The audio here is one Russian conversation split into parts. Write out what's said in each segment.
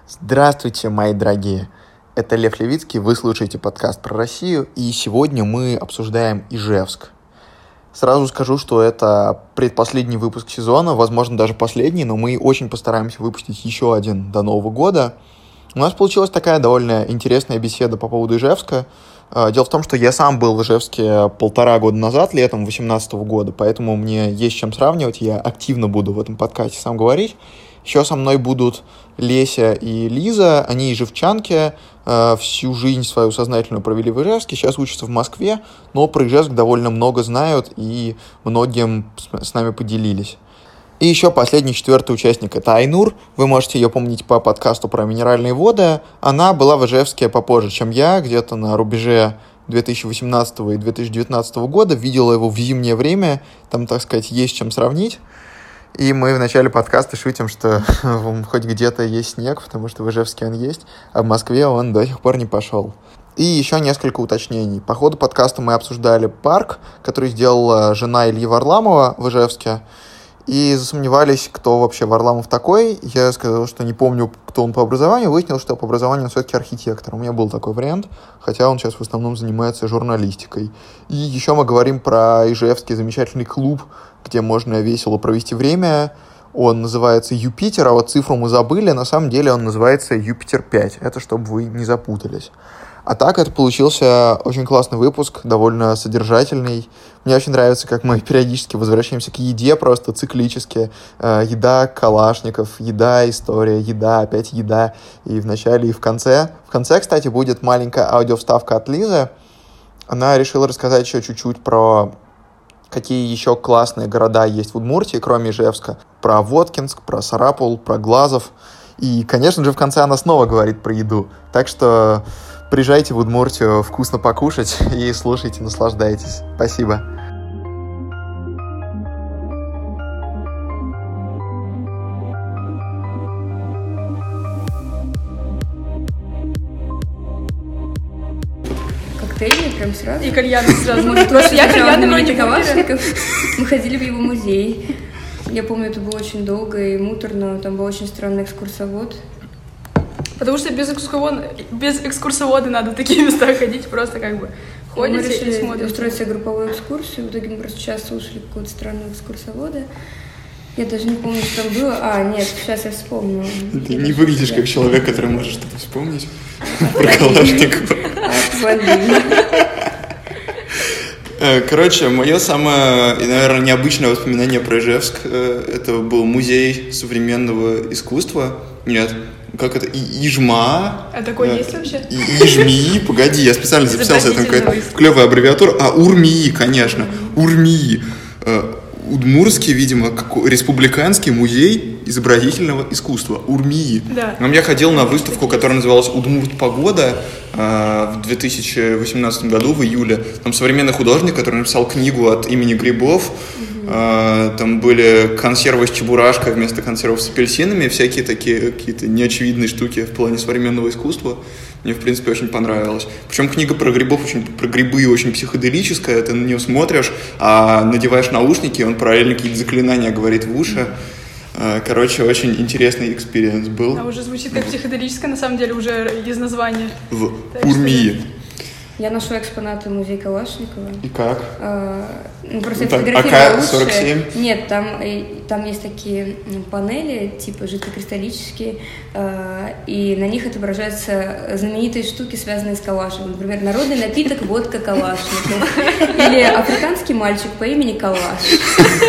Здравствуйте, мои дорогие! Это Лев Левицкий, вы слушаете подкаст про Россию, и сегодня мы обсуждаем Ижевск. Сразу скажу, что это предпоследний выпуск сезона, возможно, даже последний, но мы очень постараемся выпустить еще один до Нового года. У нас получилась такая довольно интересная беседа по поводу Ижевска. Дело в том, что я сам был в Ижевске 1,5 года назад, летом 2018 года, поэтому мне есть чем сравнивать, я активно буду в этом подкасте сам говорить. Еще со мной будут Леся и Лиза, они ижевчанки, всю жизнь свою сознательную провели в Ижевске, сейчас учатся в Москве, но про Ижевск довольно много знают и многим с нами поделились. И еще последний, 4-й участник — это Айнур. Вы можете ее помнить по подкасту про минеральные воды. Она была в Ижевске попозже, чем я, где-то на рубеже 2018 и 2019 года. Видела его в зимнее время, там, так сказать, есть чем сравнить. И мы в начале подкаста шутим, что хоть где-то есть снег, потому что в Ижевске он есть, а в Москве он до сих пор не пошел. И еще несколько уточнений. По ходу подкаста мы обсуждали парк, который сделала жена Ильи Варламова в Ижевске, и засомневались, кто вообще Варламов такой. Я сказал, что не помню, кто он по образованию. Выяснилось, что по образованию он все-таки архитектор. У меня был такой вариант, хотя он сейчас в основном занимается журналистикой. И еще мы говорим про Ижевский замечательный клуб, где можно весело провести время. Он называется Юпитер, а вот цифру мы забыли. На самом деле он называется Юпитер 5. Это чтобы вы не запутались. А так, это получился очень классный выпуск, довольно содержательный. Мне очень нравится, как мы периодически возвращаемся к еде, просто циклически. Еда Калашников, еда история, еда, опять еда. И в начале, и в конце. В конце, кстати, будет маленькая аудиовставка от Лизы. Она решила рассказать еще чуть-чуть про какие еще классные города есть в Удмуртии, кроме Ижевска. Про Воткинск, про Сарапул, про Глазов. И, конечно же, в конце она снова говорит про еду. Так что приезжайте в Удмуртию вкусно покушать и слушайте, наслаждайтесь. Спасибо. Коктейли прям сразу? И кальяны сразу. Просто я кальяны вроде Калашников. Мы ходили в его музей. Я помню, это было очень долго и муторно. Там был очень странный экскурсовод. Потому что без экскурсовода надо в такие места ходить, просто как бы ходите мы решили и смотрите. устроить себе групповую экскурсию. В итоге мы просто час слушали какого-то странного экскурсовода. Я даже не помню, что там было. Нет, сейчас я вспомню. Ты не выглядишь как человек, который может что-то вспомнить про Калашникова. Короче, мое самое, наверное, необычное воспоминание про Ижевск — это был музей современного искусства. Нет, как это? Ижма. А такой есть вообще? Ижми. Погоди, я специально записался, там какая-то клевая аббревиатура. УРМИИ, конечно. УРМИИ. Удмуртский, видимо, республиканский музей изобразительного искусства. УРМИИ. Да. Я ходил на выставку, которая называлась «Удмурт погода» в 2018 году, в июле. Там современный художник, который написал книгу от имени грибов. Там были консервы с чебурашкой вместо консервов с апельсинами, всякие такие какие-то неочевидные штуки в плане современного искусства. Мне, в принципе, очень понравилось. Причем книга про грибы очень психоделическая. Ты на нее смотришь, а надеваешь наушники, и он параллельно какие-то заклинания говорит в уши. Короче, очень интересный экспириенс был. А уже звучит как психоделическое, на самом деле, уже из названия. В УРМИИ. Я нашла экспонаты музея Калашникова. И как? Просто фотографировала лучше. АК-47? Нет, там есть такие панели, типа жидкокристаллические, и на них отображаются знаменитые штуки, связанные с Калашниковым. Например, народный напиток водка Калашникова. Или африканский мальчик по имени Калаш.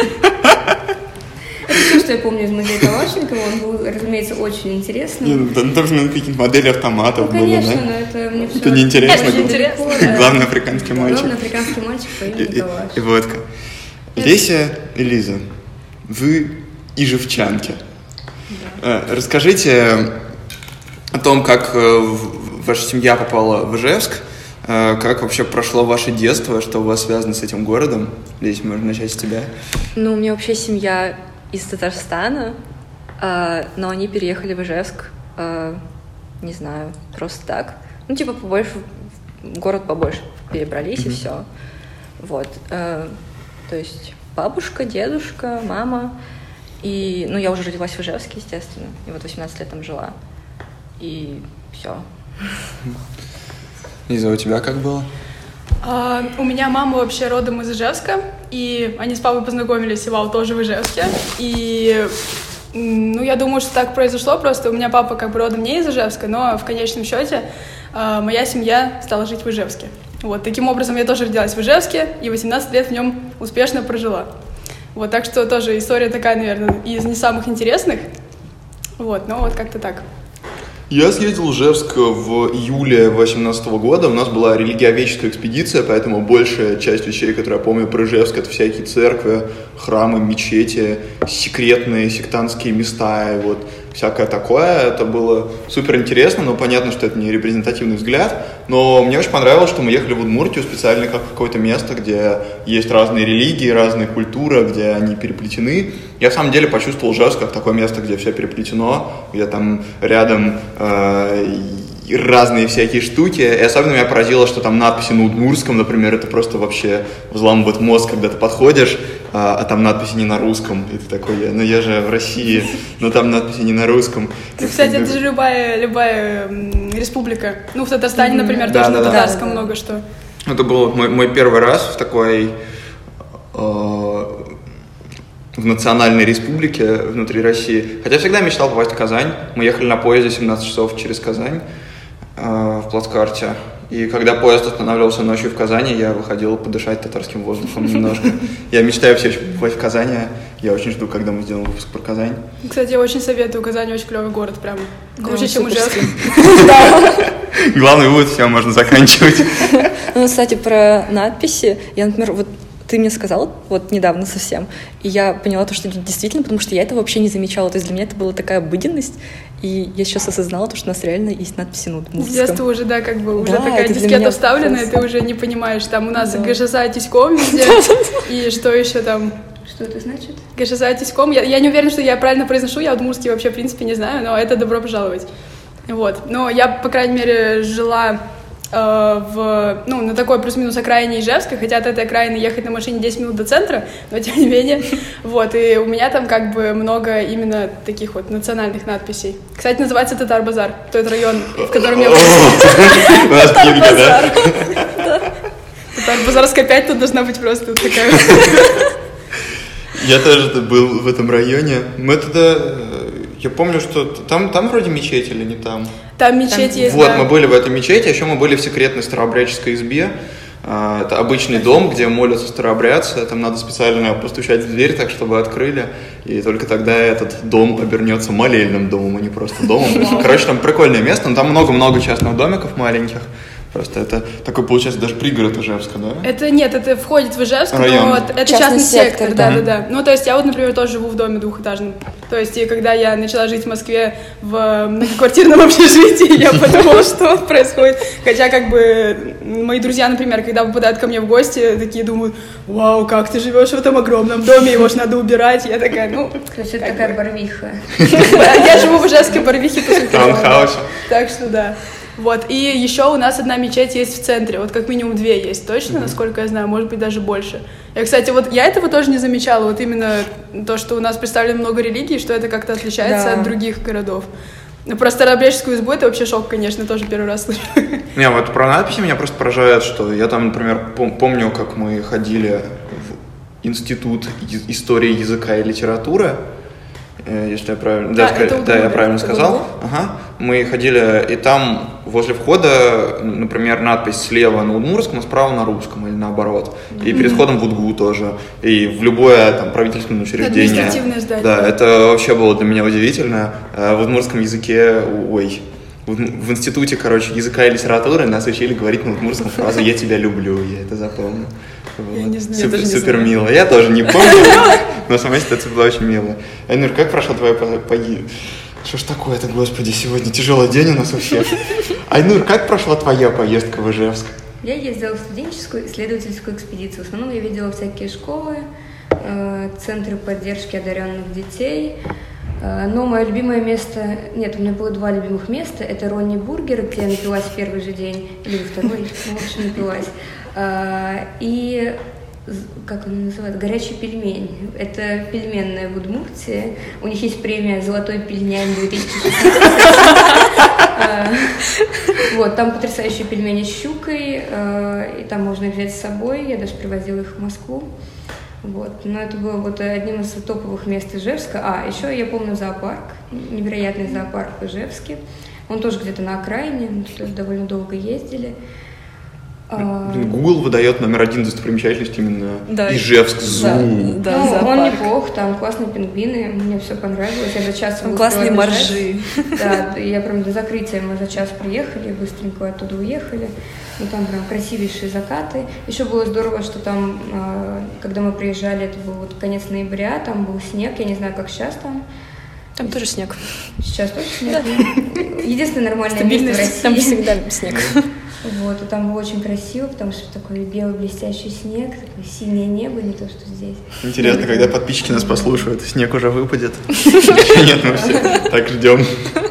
Это все, что я помню из музея Калашникова. Он был, разумеется, очень интересным. Там же какие-то модели автоматов были, конечно, да? но это мне все... Это неинтересно. Это интересно. Главный африканский мальчик. Главный африканский мальчик по имени Калаш. И водка. Леся и Лиза, вы ижевчанки. Да. Расскажите о том, как ваша семья попала в Ижевск, как вообще прошло ваше детство, что у вас связано с этим городом. Леся, можно начать с тебя. У меня вообще семья из Татарстана, но они переехали в Ижевск, не знаю, просто так. Побольше, город побольше перебрались, и все. Вот. То есть бабушка, дедушка, мама. И, я уже родилась в Ижевске, естественно. И 18 лет там жила. и все. Лиза, у тебя как было? У меня мама вообще родом из Ижевска, и они с папой познакомились, и Вал тоже в Ижевске. И, я думаю, что так произошло, просто у меня папа как бы родом не из Ижевска, но в конечном счете моя семья стала жить в Ижевске. Вот, таким образом, я тоже родилась в Ижевске, и 18 лет в нем успешно прожила. Вот, так что тоже история такая, наверное, из не самых интересных. Вот, но вот как-то так. Я съездил в Ижевск в июле 2018 года. У нас была религиоведческая экспедиция, поэтому большая часть вещей, которые я помню про Ижевск, это всякие церкви, храмы, мечети, секретные сектантские места и вот всякое такое. Это было супер интересно, но понятно, что это не репрезентативный взгляд. Но мне очень понравилось, что мы ехали в Удмуртию специально как в какое-то место, где есть разные религии, разные культуры, где они переплетены. Я, в самом деле, почувствовал Ижевск как такое место, где все переплетено, где там рядом разные всякие штуки. И особенно меня поразило, что там надписи на удмуртском, например, это просто вообще взламывает мозг, когда ты подходишь, а там надписи не на русском. И ты такой, я же в России, но там надписи не на русском. Кстати, это же любая республика. В Татарстане, например, тоже на татарском много что. Это был мой первый раз в такой... в национальной республике внутри России. Хотя всегда мечтал попасть в Казань. Мы ехали на поезде 17 часов через Казань в плацкарте. И когда поезд останавливался ночью в Казани, я выходил подышать татарским воздухом немножко. Я мечтаю все еще попасть в Казань. Я очень жду, когда мы сделаем выпуск про Казань. Кстати, я очень советую. Казань очень клевый город, прям круче, чем Ижевск. Главный вывод, все, можно заканчивать. Кстати, про надписи. Я, например, ты мне сказал вот недавно совсем, и я поняла то, что действительно, потому что я этого вообще не замечала. То есть для меня это была такая обыденность, и я сейчас осознала то, что у нас реально есть надписи на удмуртском. С детства уже, да, как бы уже такая дискета вставлена, и ты уже не понимаешь. Там у нас ГШСА Тиськом везде, и что еще там? Что это значит? ГШСА Тиськом. Я не уверена, что я правильно произношу, я удмуртский вообще в принципе не знаю, но это добро пожаловать. Вот. Но я, по крайней мере, жила на такой плюс-минус окраине Ижевска, хотя от этой окраины ехать на машине 10 минут до центра, но тем не менее, вот, и у меня там как бы много именно таких вот национальных надписей. Кстати, называется Татар-базар, тот район, в котором я выросла. Татар-базар. Татар-базарская 5 тут должна быть просто такая. Я тоже был в этом районе. Мы тогда... Я помню, что там вроде мечеть или не там? Там мечеть есть, вот, мы были в этой мечети, а еще мы были в секретной старообрядческой избе. Это обычный дом, где молятся старообрядцы. Там надо специально постучать в дверь так, чтобы открыли. И только тогда этот дом обернется молельным домом, а не просто домом. Короче, там прикольное место, но там много-много частных домиков маленьких. Просто это такой, получается, даже пригород Ижевска, да? Это входит в Ижевск, район. Но это частный сектор, да. Ну, то есть я вот, например, тоже живу в доме двухэтажном. То есть, и когда я начала жить в Москве в многоквартирном общежитии, я подумала, что происходит. Хотя, как бы, мои друзья, например, когда попадают ко мне в гости, такие думают: вау, как ты живешь в этом огромном доме, его же надо убирать. Я такая, То есть это такая Барвиха. Я живу в Ижевской Барвихе, по сути. Таунхаусе. Так что да. Вот, и еще у нас одна мечеть есть в центре, вот как минимум 2 есть, точно, насколько я знаю, может быть, даже больше. И, кстати, вот я этого тоже не замечала, вот именно то, что у нас представлено много религий, что это как-то отличается от других городов. Про старообрядческую избу это вообще шок, конечно, тоже первый раз слышу. Не, вот про надписи меня просто поражает, что я там, например, помню, как мы ходили в Институт истории языка и литературы, если я правильно... я правильно сказал. Ага. Мы ходили, и там возле входа, например, надпись слева на удмуртском, а справа на русском, или наоборот. И перед входом в УДГУ тоже. И в любое там правительственное учреждение. Административное здание. Да, это вообще было для меня удивительно. В удмуртском языке, в институте, языка и литературы нас учили говорить на удмуртском фразу «я тебя люблю», я это запомнил. Я не знаю. Супер мило. Я тоже не помню, но сама ситуация была очень милая. Айнур, как прошла твоя поездка? Что ж такое-то, господи, сегодня тяжелый день у нас у всех. Айнур, как прошла твоя поездка в Ижевск? Я ездила в студенческую исследовательскую экспедицию. В основном я видела всякие школы, центры поддержки одаренных детей. Но мое любимое место... Нет, у меня было 2 любимых места. Это Ронни Бургер, где я напилась в первый же день. Или второй, в общем, напилась. И, как он называется, горячий пельмень. Это пельменная в Удмуртии. У них есть премия «Золотой пельнянь 2016». Вот, там потрясающие пельмени с щукой, и там можно их взять с собой, я даже привозила их в Москву. Вот. Но это было вот одним из топовых мест Ижевска. Еще я помню зоопарк, невероятный зоопарк в Ижевске. Он тоже где-то на окраине, мы туда довольно долго ездили. Google выдает номер 1 достопримечательность именно Ижевск Зу. Да, он неплох, там классные пингвины, мне все понравилось. Я за час классные моржи. Да, я прям до закрытия мы за час приехали, быстренько оттуда уехали. Ну, там прям красивейшие закаты. Еще было здорово, что там, когда мы приезжали, это был вот конец ноября, там был снег, я не знаю, как сейчас там. Там тоже снег. Сейчас тоже снег. Единственное нормальное место в России. Там всегда снег. Вот, и там было очень красиво, потому что такой белый блестящий снег, такое синее небо, не то, что здесь. Интересно, когда подписчики нас послушают, снег уже выпадет? Нет, мы все так ждем.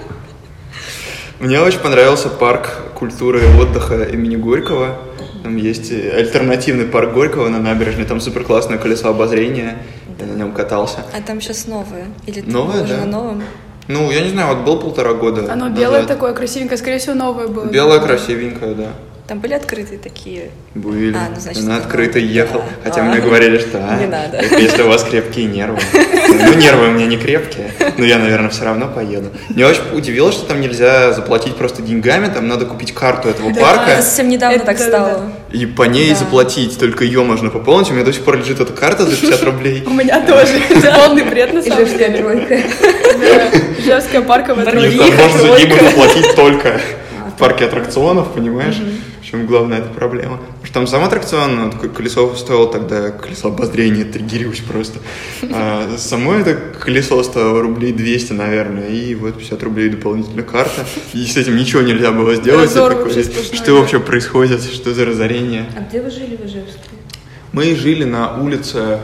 Мне очень понравился парк культуры и отдыха имени Горького. Там есть альтернативный парк Горького на набережной, там супер классное колесо обозрения, я на нем катался. А там сейчас новое? Или ты новое, уже да. на новом? Ну, я не знаю, вот был 1,5 года. Оно белое такое, красивенькое, скорее всего, новое было. Белое, красивенькое, да. Там были открытые такие? Были. Ну, значит, на открытый ехал. Да. Хотя мне говорили, что не надо. это если у вас крепкие нервы. Ну, нервы у меня не крепкие, но я, наверное, все равно поеду. Меня очень удивило, что там нельзя заплатить просто деньгами, там надо купить карту этого парка. Это совсем недавно так стало. И по ней заплатить, только ее можно пополнить. У меня до сих пор лежит эта карта за 50 рублей. У меня тоже. Полный бред, на самом деле. Ижевская тройка. Ижевская парковая тройка. Там можно за ним заплатить только в парке аттракционов, понимаешь? Причем главная эта проблема. Потому что там сам аттракцион, такое колесо стоило тогда, колесо обозрения, триггерюсь просто. А само это колесо стоило рублей 200, наверное, и вот 50 рублей дополнительная карта. И с этим ничего нельзя было сделать. Что вообще происходит, что за разорение? А где вы жили в Ижевске? Мы жили на улице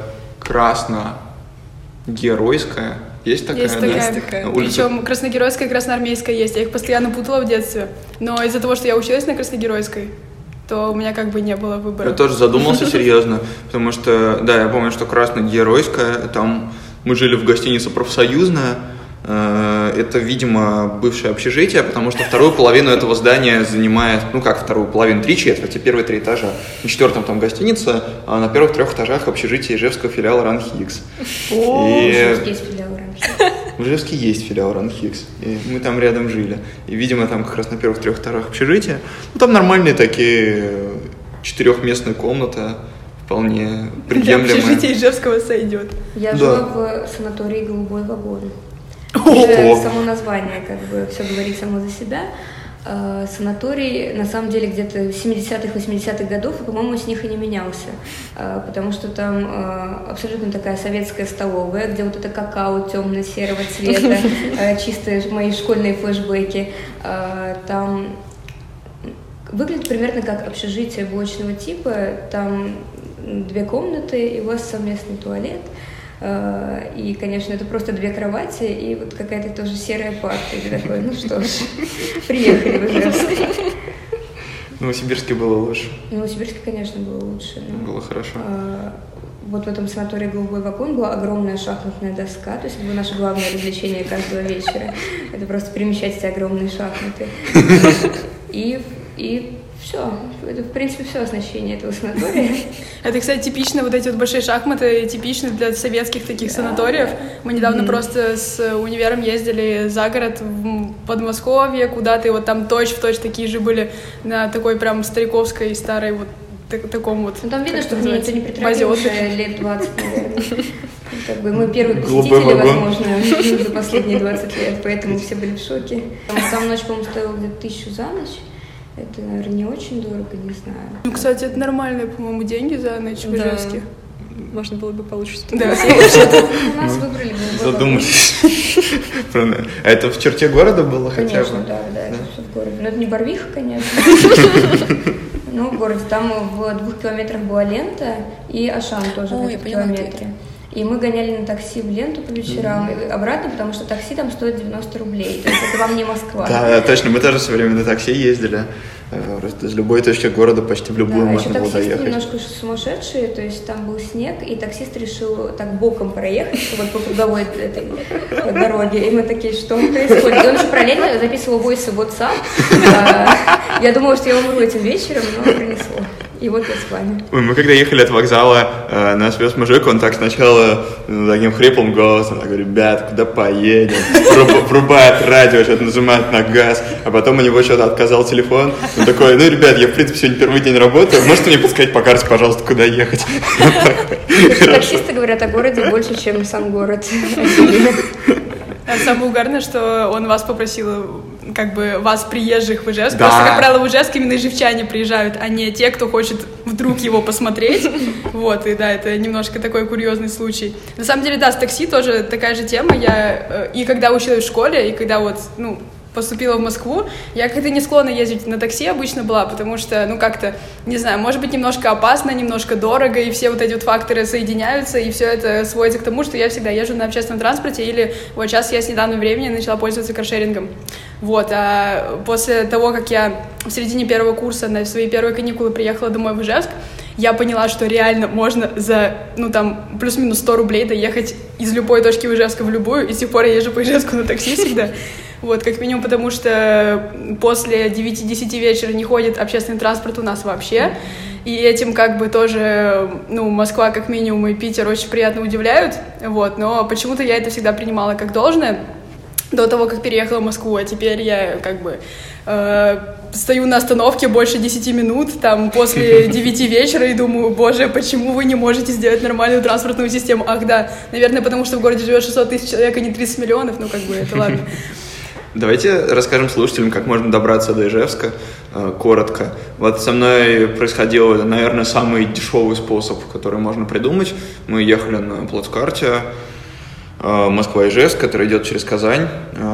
Красногеройская. Есть такая? Есть такая. Причем Красногеройская и Красноармейская есть. Я их постоянно путала в детстве. Но из-за того, что я училась на Красногеройской, то у меня как бы не было выбора. Я тоже задумался серьезно, потому что, да, я помню, что Красногеройская, там мы жили в гостинице «Профсоюзная». Это, видимо, бывшее общежитие, потому что вторую половину этого здания занимает, ну как вторую половину, 3/4, первые 3 этажа. На 4-м там гостиница, а на первых 3 этажах общежитие Ижевского филиала РАНХИКС. В Ижевске есть филиал РАНХИКС. В Ижевске есть филиал РАНХИКС, и мы там рядом жили. И, видимо, там как раз на первых 3 этажах общежития. Ну, там нормальные такие 4-местная комната, вполне приемлемая. Для общежития Ижевского сойдет. Я жила в санатории «Голубой вагон». Уже само название как бы все говорит само за себя. Санаторий, на самом деле, где-то 70-х, 80-х годов, и, по-моему, с них и не менялся, потому что там абсолютно такая советская столовая, где вот это какао темно-серого цвета, чистые мои школьные флешбеки. Там выглядит примерно как общежитие блочного типа, там 2 комнаты, и у вас совместный туалет. И, конечно, это просто 2 кровати и вот какая-то тоже серая парта. И ты такой, ну что ж, приехали в Ижевск. В Новосибирске было лучше. В Новосибирске, конечно, было лучше. Было хорошо. Вот в этом санатории «Голубой вагон» была огромная шахматная доска, то есть это было наше главное развлечение каждого вечера. Это просто перемещать эти огромные шахматы. И все. Это, в принципе, все оснащение этого санатория. Это, кстати, типично, вот эти вот большие шахматы, типичны для советских таких санаториев. Мы недавно просто с универом ездили за город в Подмосковье куда-то, и вот там точь-в-точь такие же были на такой прям стариковской, старой вот таком вот. Ну, там видно, что мне никто не притрагивался лет 20, наверное. Как бы мы первые посетители, возможно, за последние 20 лет, поэтому все были в шоке. Там ночь, по-моему, стоила где-то 1000 за ночь. Это, наверное, не очень дорого, не знаю. Ну, кстати, это нормальные, по-моему, деньги за ночь в Ижевске. Можно было бы получше. Да. Нас выбрали. Задумались. А это в черте города было хотя бы? Конечно, да, это все в городе. Но это не Барвиха, конечно. Ну, в городе. Там в 2 километрах была Лента и Ашан тоже в 1 километре. И мы гоняли на такси в Ленту по вечерам и обратно, потому что такси там стоит 90 рублей. То есть это вам не Москва. Да, точно, мы тоже все время на такси ездили. Просто из любой точки города почти в любую можно было таксисты доехать. немножко сумасшедшие, то есть там был снег, и таксист решил так боком проехать вот по круговой этой дороге, и мы такие, что происходит? И он еще параллельно записывал войсы в WhatsApp. Я думала, что я умру этим вечером, но пронесло. И вот я с вами. Ой, мы когда ехали от вокзала, нас вез мужик, он так сначала таким хриплым голосом, так говорит: ребят, куда поедем? Врубает радио, что-то нажимает на газ, а потом у него что-то отказал телефон. Он такой: ну, ребят, я, в принципе, сегодня первый день работаю, можете мне подсказать по карте, пожалуйста, куда ехать? Таксисты говорят о городе больше, чем сам город. Самое угарное, что он вас попросил, как бы, вас, приезжих в Ижевск. Да. Просто, как правило, в Ижевск именно ижевчане приезжают, а не те, кто хочет вдруг его посмотреть. Вот, и да, это немножко такой курьезный случай. На самом деле, да, с такси тоже такая же тема. Я и когда училась в школе, и когда вот, ну, поступила в Москву, я как-то не склонна ездить на такси обычно была, потому что, ну, как-то, не знаю, может быть, немножко опасно, немножко дорого, и все вот эти вот факторы соединяются, и все это сводится к тому, что я всегда езжу на общественном транспорте, или вот сейчас я с недавнего времени начала пользоваться каршерингом. Вот, а после того, как я в середине первого курса на свои первые каникулы приехала домой в Ижевск, я поняла, что реально можно за, ну, там, плюс-минус 100 рублей доехать из любой точки Ижевска в любую, и с тех пор я езжу по Ижевску на такси всегда. Вот, как минимум, потому что после 9-10 вечера не ходит общественный транспорт у нас вообще. И этим как бы тоже, ну, Москва как минимум и Питер очень приятно удивляют. Вот, но почему-то я это всегда принимала как должное до того, как переехала в Москву. А теперь я как бы стою на остановке больше 10 минут, там, после 9 вечера и думаю: боже, почему вы не можете сделать нормальную транспортную систему? Ах, да, наверное, потому что в городе живет 600 тысяч человек, а не 30 миллионов, ну, как бы, это ладно. Давайте расскажем слушателям, как можно добраться до Ижевска, коротко. Вот со мной происходил, наверное, самый дешевый способ, который можно придумать. Мы ехали на плацкарте Москва-Ижевск, который идет через Казань.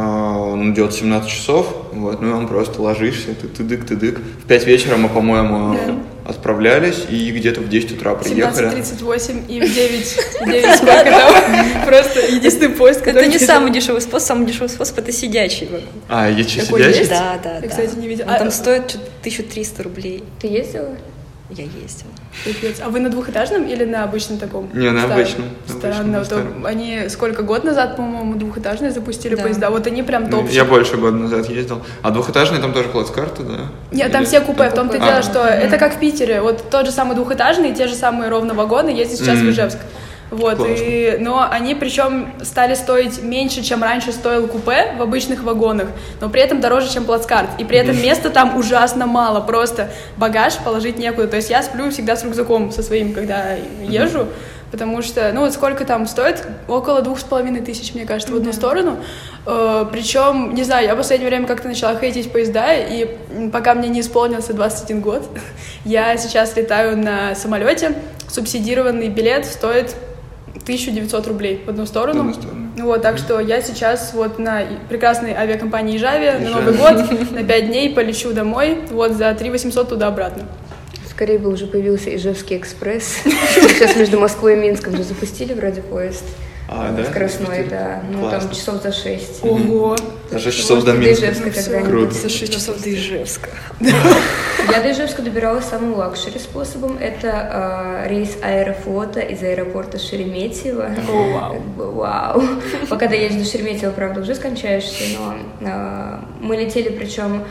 Он идет 17 часов, вот, ну и он просто ложишься, ты-дык. В 5 вечера мы, по-моему, отправлялись, и где-то в 10 утра приехали. 17:38 и в 9 сколько там. Просто единственный поезд, который... Это не самый дешевый способ, это сидячий вагон. А, есть Такой сидячий? есть? Да. Я, кстати, не видела. Он там стоит 1300 рублей. Ты ездила? Я ездила. Пипец. А вы на двухэтажном или на обычном таком? Не, на обычном. Странно. Они сколько, год назад, по-моему, двухэтажные запустили поезда? Вот они прям топ. Я больше года назад ездил. А двухэтажный там тоже плацкарты, да? Нет, там все купе. В том-то дело, что это как в Питере. Вот тот же самый двухэтажный, те же самые ровно вагоны ездят сейчас в Ижевск. Вот, но они причем стали стоить меньше, чем раньше стоил купе в обычных вагонах, но при этом дороже, чем плацкарт. И при этом места там ужасно мало, просто багаж положить некуда. То есть я сплю всегда с рюкзаком со своим, когда езжу, потому что, ну вот сколько там стоит? Около 2500, мне кажется, в одну сторону. Причем, не знаю, я в последнее время как-то начала хейтить поезда, и пока мне не исполнился 21 год, я сейчас летаю на самолете, субсидированный билет стоит 1900 рублей в одну сторону. Вот, так что я сейчас вот на прекрасной авиакомпании Ижавия на Новый год на 5 дней полечу домой, вот за 3800 туда-обратно. Скорее бы уже появился Ижевский экспресс. Сейчас между Москвой и Минском же запустили вроде поезд. Да? Скоростной, да. Ну, классно. там часов за 6. Ого! За 6 часов до Минска. Ижевска когда-нибудь. Круто. За 6 часов до Ижевска. Я до Ижевска добиралась самым лакшери способом. Это рейс Аэрофлота из аэропорта Шереметьево. Вау! Пока доедешь до Шереметьево, правда, уже скончаешься, но мы летели, причем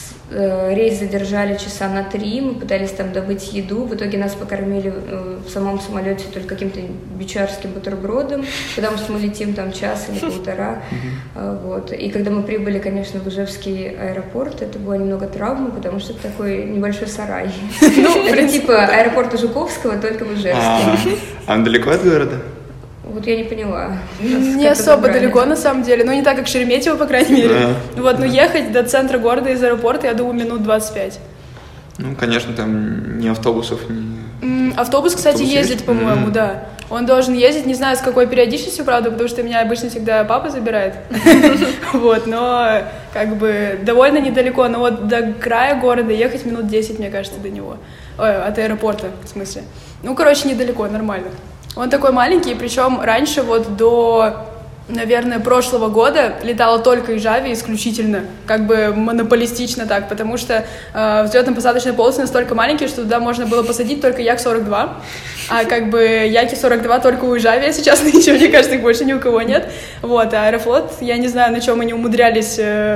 рейс задержали часа на 3, мы пытались там добыть еду, в итоге нас покормили в самом самолете только каким-то бичарским бутербродом, потому что мы летим там час или полтора, вот. И когда мы прибыли, конечно, в Ижевский аэропорт, это была немного травма, потому что это такой небольшой сарай. Это типа аэропорта Жуковского, только в Ижевске. А он далеко от города? Вот я не поняла. Не особо далеко, на самом деле. Ну, не так, как Шереметьево, по крайней мере. Вот, но ехать до центра города из аэропорта, я думаю, минут 25. Ну, конечно, там ни автобусов, ни... Автобус, кстати, ездит, по-моему, да. Он должен ездить, не знаю, с какой периодичностью, правда, потому что меня обычно всегда папа забирает. Вот, но как бы довольно недалеко. Но вот до края города ехать минут 10, мне кажется, до него. Ой, от аэропорта, в смысле. Ну, короче, недалеко, нормально. Он такой маленький, причем раньше вот до наверное, прошлого года летала только Ижаве исключительно, как бы монополистично так, потому что взлетно-посадочные полосы настолько маленькие, что туда можно было посадить только Як-42, а как бы Яки-42 только у Ижаве, если честно, ничего, мне кажется, их больше ни у кого нет. Вот, а Аэрофлот, я не знаю, на чем они умудрились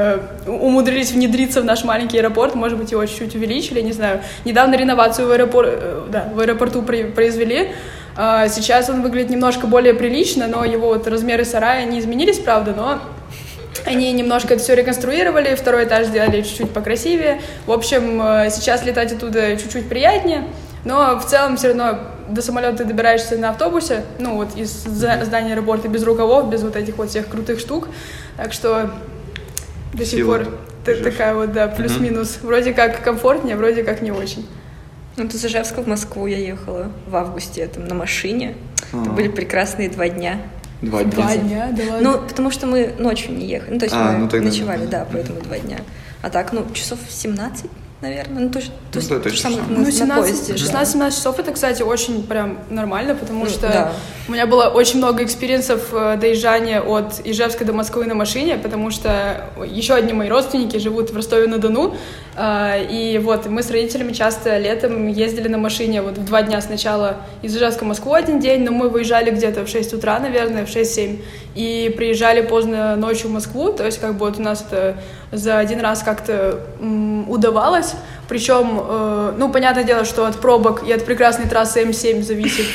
внедриться в наш маленький аэропорт, может быть, его чуть-чуть увеличили, не знаю. Недавно реновацию в аэропорту произвели. Сейчас он выглядит немножко более прилично, но его вот размеры сарая не изменились, правда, но они немножко это все реконструировали, второй этаж сделали чуть-чуть покрасивее. В общем, сейчас летать оттуда чуть-чуть приятнее, но в целом все равно до самолета ты добираешься на автобусе, ну вот из здания аэропорта без рукавов, без вот этих вот всех крутых штук, так что до сих пор такая вот, да, плюс-минус. Вроде как комфортнее, вроде как не очень. Ну, из Ижевска в Москву я ехала в августе там, на машине. Это были прекрасные 2 дня. 2 дня? 2 дня, да ладно. Ну, потому что мы ночью не ехали. Ну, то есть мы ночевали, да, поэтому 2 дня. А так, ну, часов 17, наверное. Ну, то же самое, как на поезде. 16-17 часов это, кстати, очень прям нормально, потому что у меня было очень много экспириенсов доезжания от Ижевска до Москвы на машине, потому что еще одни мои родственники живут в Ростове-на-Дону, и вот мы с родителями часто летом ездили на машине вот в 2 дня сначала из Ижевска в Москву 1 день, но мы выезжали где-то в 6 утра, наверное, в 6-7, и приезжали поздно ночью в Москву, то есть как бы вот у нас это за 1 раз как-то удавалось, причем, ну, понятное дело, что от пробок и от прекрасной трассы М7 зависит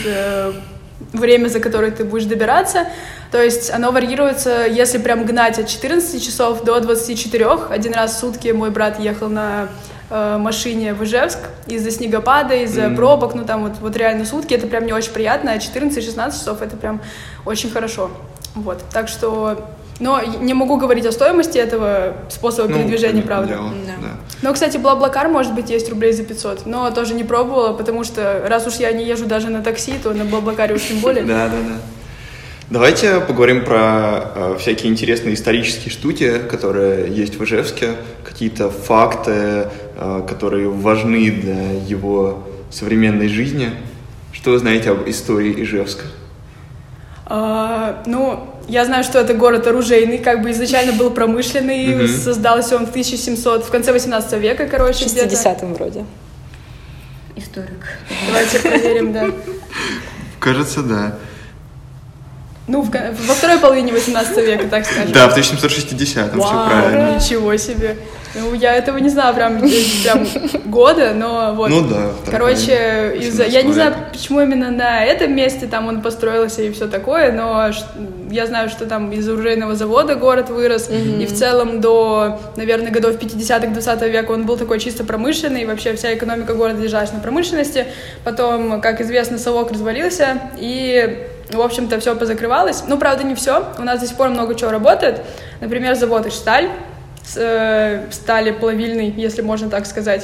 время, за которое ты будешь добираться. То есть оно варьируется, если прям гнать от 14 часов до 24. 1 раз в сутки мой брат ехал на машине в Ижевск из-за снегопада, из-за пробок, ну там вот реально сутки, это прям не очень приятно, а 14-16 часов это прям очень хорошо. Вот, так что... Но не могу говорить о стоимости этого способа передвижения, правда. Да. Но, кстати, Блаблакар, может быть, есть рублей за 500, но тоже не пробовала, потому что раз уж я не езжу даже на такси, то на Блаблакаре уж тем более. Да. Давайте поговорим про всякие интересные исторические штуки, которые есть в Ижевске, какие-то факты, которые важны для его современной жизни. Что вы знаете об истории Ижевска? Я знаю, что это город оружейный, как бы изначально был промышленный, создался он в конце 18 века, короче, в 60-м вроде. Историк. Давайте проверим, да. Кажется, да. Ну, во второй половине 18 века, так скажем. Да, в 1760-м, все правильно. Ничего себе. Ну, я этого не знаю прям года, но вот. Ну да. Короче, я не знаю, почему именно на этом месте там он построился и все такое, но я знаю, что там из оружейного завода город вырос, и в целом до, наверное, годов 50-х, 20 века он был такой чисто промышленный, и вообще вся экономика города держалась на промышленности. Потом, как известно, совок развалился, и, в общем-то, все позакрывалось. Ну, правда, не все. У нас до сих пор много чего работает. Например, завод «Ижсталь», стали плавильный, если можно так сказать.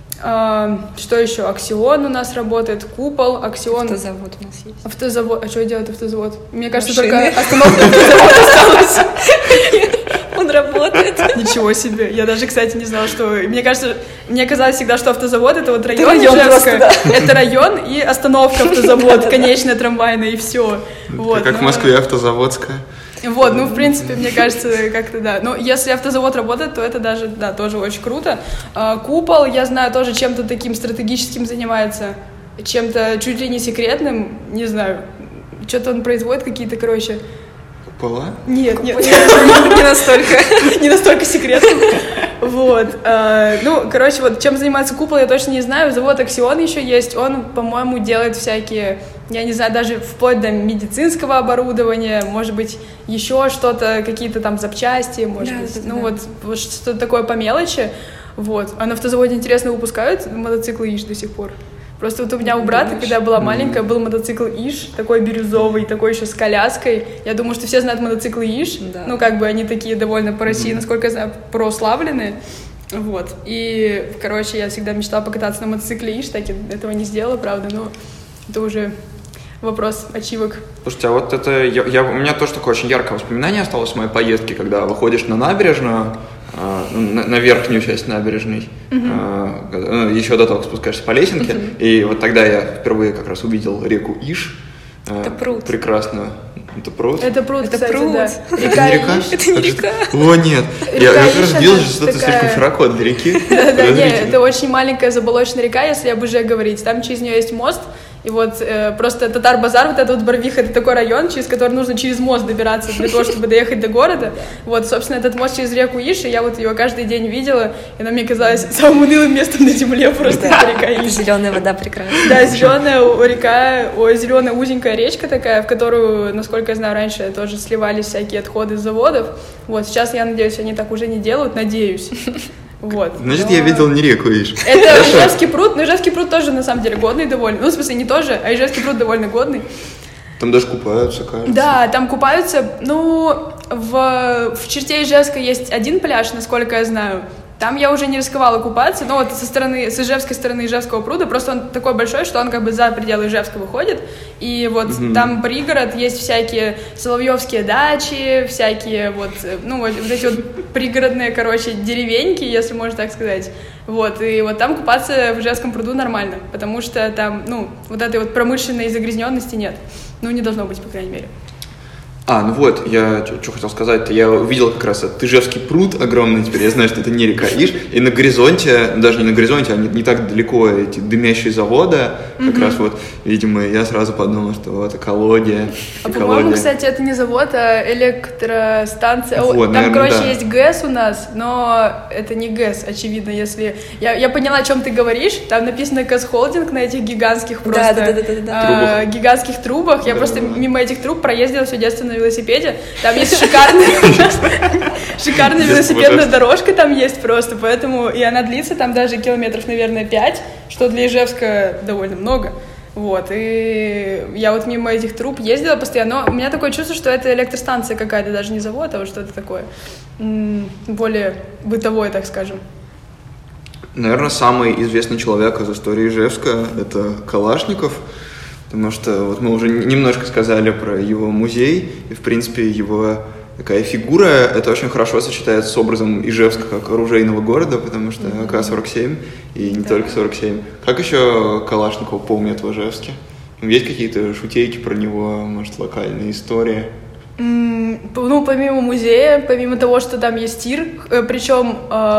Что еще? Аксион у нас работает, Купол, Аксион. Автозавод у нас есть. Автозавод. А что делает автозавод? Мне кажется, только остановка автозавода осталась. Он работает. Ничего себе. Я даже, кстати, не знала, что... Мне казалось всегда, что автозавод — это вот район Ижевска. Это район и остановка автозавод, конечная трамвайная, и все. Как в Москве автозаводская. Вот, ну, в принципе, мне кажется, как-то, да. Но если автозавод работает, то это даже, да, тоже очень круто. Купол, я знаю, тоже чем-то таким стратегическим занимается, чем-то чуть ли не секретным, не знаю. Что-то он производит какие-то, короче... Купола? Нет, не настолько. Не настолько секретным. Вот. Ну, короче, вот чем занимается Купол, я точно не знаю. Завод Аксион еще есть. Он, по-моему, делает всякие, я не знаю, даже вплоть до медицинского оборудования, может быть, еще что-то, какие-то там запчасти, может быть, ну вот что-то такое по мелочи. Вот. А на автозаводе, интересно, выпускают мотоциклы ИЖ до сих пор. Просто вот у меня у брата, когда я была маленькая, был мотоцикл ИЖ, такой бирюзовый, такой еще с коляской. Я думаю, что все знают мотоциклы ИЖ. Да. Ну, как бы они такие довольно по России, насколько я знаю, прославленные. Вот. И, короче, я всегда мечтала покататься на мотоцикле ИЖ, так и этого не сделала, правда, но это уже вопрос ачивок. Слушайте, а вот это... у меня тоже такое очень яркое воспоминание осталось с моей поездки, когда выходишь на набережную, на верхнюю часть набережной, еще до того, как спускаешься по лесенке, и вот тогда я впервые как раз увидел реку Иж. Это пруд. Прекрасную. Это пруд? Это пруд, Это кстати, пруд. да. Это не река? Иш. Это не река. О, нет. Я Река как Иш, раз она видел, что это такая- слишком широко для реки. Да, нет, Подозрительно. это очень маленькая заболоченная река, если об Иже говорить. Там через нее есть мост, и вот просто Татар-Базар, вот этот вот Барвиха, это такой район, через который нужно через мост добираться для того, чтобы доехать до города. Вот, собственно, этот мост через реку Иш, и я вот ее каждый день видела, и она мне казалась самым унылым местом на земле, просто эта река Иш. Зеленая вода прекрасна. Да, зеленая река, зеленая узенькая речка такая, в которую, насколько я знаю, раньше тоже сливались всякие отходы с заводов. Вот, сейчас, я надеюсь, они так уже не делают, надеюсь. Вот. Значит, я видел не реку, видишь. Это Ижевский пруд, но Ижевский пруд тоже, на самом деле, годный довольно. Ну, в смысле, не тоже, а Ижевский пруд довольно годный. Там даже купаются, кажется. Да, там купаются, ну, в черте Ижевска есть один пляж, насколько я знаю. Там я уже не рисковала купаться, но вот с ижевской стороны Ижевского пруда, просто он такой большой, что он как бы за пределы Ижевска выходит, и вот там пригород, есть всякие соловьевские дачи, всякие вот, ну, вот эти вот пригородные, короче, деревеньки, если можно так сказать, вот, и вот там купаться в Ижевском пруду нормально, потому что там, ну, вот этой вот промышленной загрязненности нет, ну, не должно быть, по крайней мере. Ну вот, я что хотел сказать-то, я увидел как раз этот Ижевский пруд огромный, теперь я знаю, что это не река Иж, и на горизонте, даже не на горизонте, а не так далеко эти дымящие заводы, как раз вот, видимо, я сразу подумал, что вот экология, По-моему, кстати, это не завод, а электростанция. Вот, там, наверное, короче, да. есть ГЭС у нас, но это не ГЭС, очевидно, если... Я поняла, о чем ты говоришь. Там написано ГЭС-холдинг на этих гигантских просто... Да. гигантских трубах. Я просто мимо этих труб проездила все детство на велосипеде. Там есть шикарная велосипедная дорожка там есть просто, поэтому... И она длится там даже километров, наверное, 5, что для Ижевска довольно много. Вот, и я вот мимо этих труб ездила постоянно, но у меня такое чувство, что это электростанция какая-то, даже не завод, а вот что-то такое, более бытовое, так скажем. Наверное, самый известный человек из истории Ижевска – это Калашников, потому что вот мы уже немножко сказали про его музей, и, в принципе, его такая фигура, это очень хорошо сочетается с образом Ижевска как оружейного города, потому что АК-47, и не только 47. Как еще Калашникова помнят в Ижевске? Есть какие-то шутейки про него, может, локальные истории? Ну, помимо музея, помимо того, что там есть тир, причем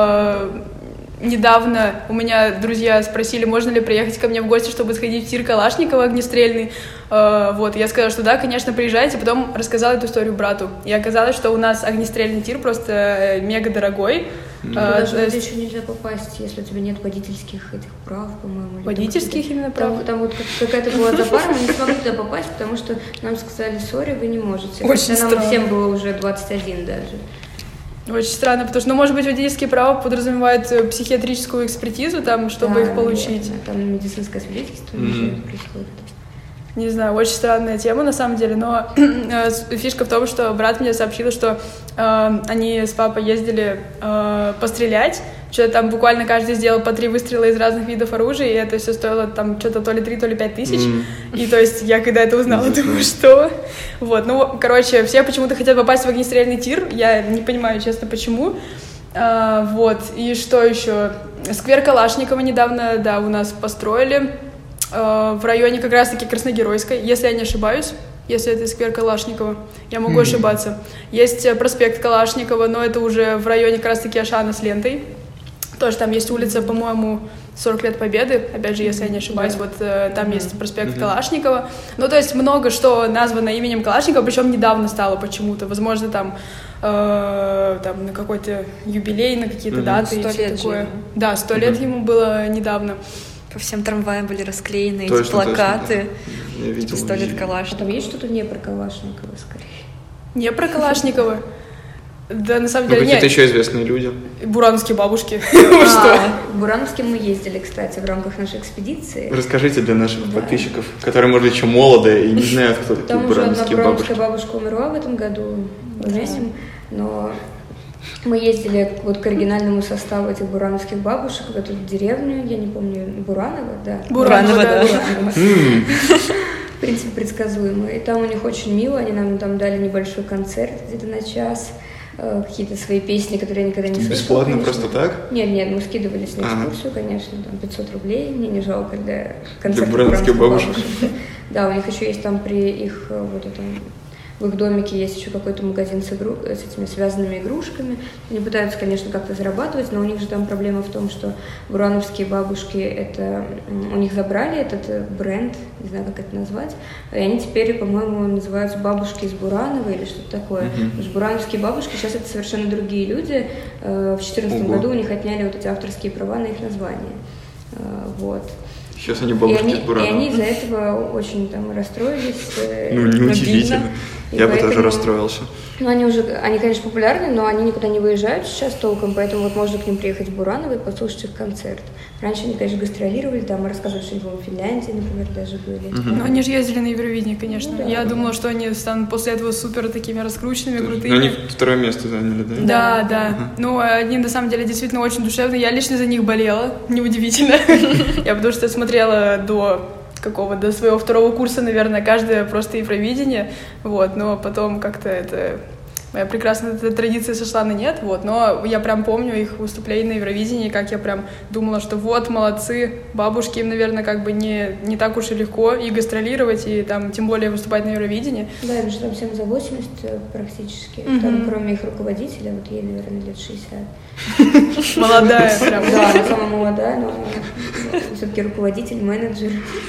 недавно у меня друзья спросили, можно ли приехать ко мне в гости, чтобы сходить в тир Калашникова огнестрельный. Вот, я сказала, что да, конечно, приезжайте. Потом рассказала эту историю брату. И оказалось, что у нас огнестрельный тир просто мега дорогой. Даже еще нельзя попасть, если у тебя нет водительских этих прав, по-моему. Водительских именно прав? Там вот какая-то была запара, мы не смогли туда попасть, потому что нам сказали, сори, вы не можете. Очень Хотя нам странно. всем было уже 21 даже. Очень странно, потому что, ну, может быть, водительские права подразумевают психиатрическую экспертизу, там, чтобы их получить. Наверное. Там медицинское свидетельство происходит. Не знаю, очень странная тема на самом деле, но фишка в том, что брат мне сообщил, что они с папой ездили пострелять, что-то там буквально каждый сделал по 3 выстрела из разных видов оружия, и это все стоило там что-то то ли 3, то ли 5 тысяч. И то есть я когда это узнала, думаю, что? Вот, ну, короче, все почему-то хотят попасть в огнестрельный тир, я не понимаю, честно, почему. Вот, и что еще? Сквер Калашникова недавно, да, у нас построили в районе как раз-таки Красногеройской, если я не ошибаюсь. Если это сквер Калашникова, я могу ошибаться. Есть проспект Калашникова, но это уже в районе как раз-таки Ашана с лентой. Тоже там есть улица, по-моему, 40 лет Победы, опять же, если я не ошибаюсь, вот там есть проспект Калашникова. Ну, то есть много что названо именем Калашникова, причем недавно стало почему-то. Возможно, там на какой-то юбилей, на какие-то даты. 100 лет такое. же. Да, 100 лет ему было недавно. По всем трамваям были расклеены Точно, эти плакаты. Точно, да. Я видел. 100 лет А Калашникова. там есть что-то не про Калашникова, скорее? Не про Калашникова. Да, на самом Ну, деле, какие-то нет. еще известные люди. Бурановские бабушки. В Бурановске мы ездили, кстати, в рамках нашей экспедиции. Расскажите для наших подписчиков, которые, может быть, еще молоды и не знают, кто такие Там уже одна бурановские бурановская бабушки. бабушка умерла в этом году, выносим, но мы ездили вот к оригинальному составу этих бурановских бабушек в эту деревню, я не помню, Бураново, да? Буранова, да. Буранова. В принципе, предсказуемо. И там у них очень мило, они нам там дали небольшой концерт где-то на час, какие-то свои песни, которые я никогда не слышала. Бесплатно, конечно. просто так? Нет, мы скидывались на экскурсию, конечно, там 500 рублей, мне не жалко для концерта бурановских бабушек. Да, у них еще есть там при их вот этом В их домике есть еще какой-то магазин с этими связанными игрушками. Они пытаются, конечно, как-то зарабатывать, но у них же там проблема в том, что бурановские бабушки, у них забрали этот бренд, не знаю, как это назвать, и они теперь, по-моему, называются бабушки из Буранова или что-то такое. Потому что бурановские бабушки сейчас это совершенно другие люди. В 2014 году у них отняли вот эти авторские права на их название. Вот. Сейчас они бабушки из Буранова. И они из-за этого очень там расстроились. Ну, неудивительно. Я бы тоже расстроился. Ну, они, конечно, популярны, но они никуда не выезжают сейчас толком, поэтому вот можно к ним приехать в Бураново и послушать их концерт. Раньше они, конечно, гастролировали, там рассказывали, что они в Финляндии, например, даже были. Ну, они же ездили на Евровидение, конечно. Ну, да, я думала, что они станут после этого супер такими раскрученными, крутыми. Но они второе место заняли, да? Да. Ну, они на самом деле действительно очень душевные. Я лично за них болела, неудивительно. Я потому что смотрела до своего второго курса, наверное, каждое просто Евровидение, вот, но потом как-то моя прекрасная традиция сошла на нет, вот, но я прям помню их выступления на Евровидении, как я прям думала, что вот, молодцы, бабушки, им, наверное, как бы не так уж и легко и гастролировать, и там, тем более, выступать на Евровидении. Да, им же там всем за 80 практически, там, кроме их руководителя, вот ей, наверное, лет 60. Молодая прям. Да, она самая молодая, но все-таки руководитель, менеджер.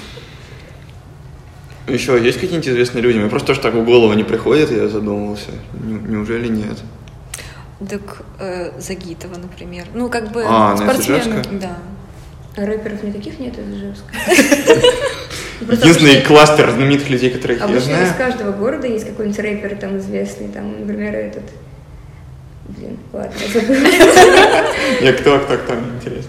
Еще есть какие-нибудь известные люди? Мне просто тоже так в голову не приходит, я задумывался. Неужели нет? Так Загитова, например. Ну, как бы спортсмены. Да. А рэперов никаких нет из Ижевска? Единственный кластер знаменитых людей, которых я знаю. Обычно из каждого города есть какой-нибудь рэпер там известный, там, например, этот... Блин, ладно, я забыла. Кто, интересно.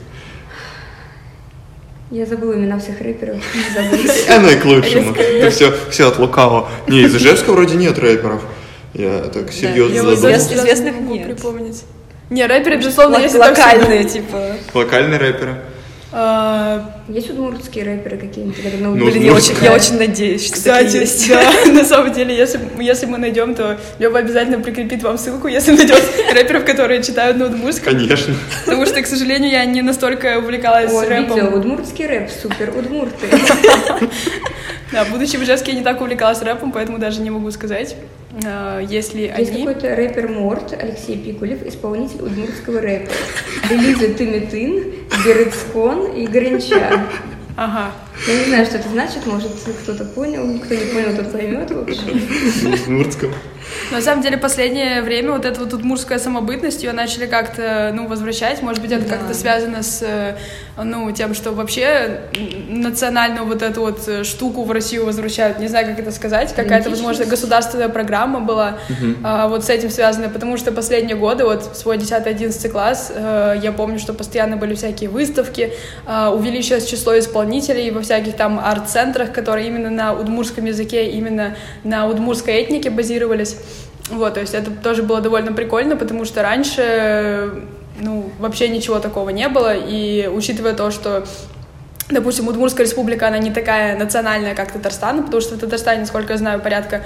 Я забыла имена всех рэперов, не забыла. Оно и к лучшему. Это все от лукавого. Не, из Ижевска вроде нет рэперов. Я так серьезно задумался. Известных могу нет. Припомнить. Не, рэперы, безусловно, есть локальные, типа. Локальные рэперы. Есть удмуртские рэперы какие-нибудь? Блин, я очень надеюсь, что кстати, есть. Да, на самом деле, если мы найдем, то Лёва обязательно прикрепит вам ссылку, если найдет рэперов, которые читают на удмуртском. Конечно. Потому что, к сожалению, я не настолько увлекалась рэпом. Видео, удмуртский рэп, супер, удмурты. Да, будучи в Ижевске, я не так увлекалась рэпом, поэтому даже не могу сказать, если они... Есть какой-то рэпер Морт, Алексей Пикулев, исполнитель удмуртского рэпа. Элиза Тымитын, Берецкон и Горенча. Ага. Я не знаю, что это значит, может, кто-то понял, кто не понял, тот поймет, в общем. Удмуртском. На самом деле, последнее время вот эта вот удмуртская самобытность, ее начали как-то, возвращать. Может быть, это как-то связано с, тем, что вообще национальную вот эту вот штуку в Россию возвращают. Не знаю, как это сказать. Какая-то, возможно, государственная программа была вот с этим связана. Потому что последние годы, вот свой 10-11 класс, я помню, что постоянно были всякие выставки, увеличилось число исполнителей во всяких там арт-центрах, которые именно на удмуртском языке, именно на удмуртской этнике базировались. Вот, то есть это тоже было довольно прикольно, потому что раньше, вообще ничего такого не было, и учитывая то, что, допустим, Удмуртская республика, она не такая национальная, как Татарстан, потому что в Татарстане, насколько я знаю, порядка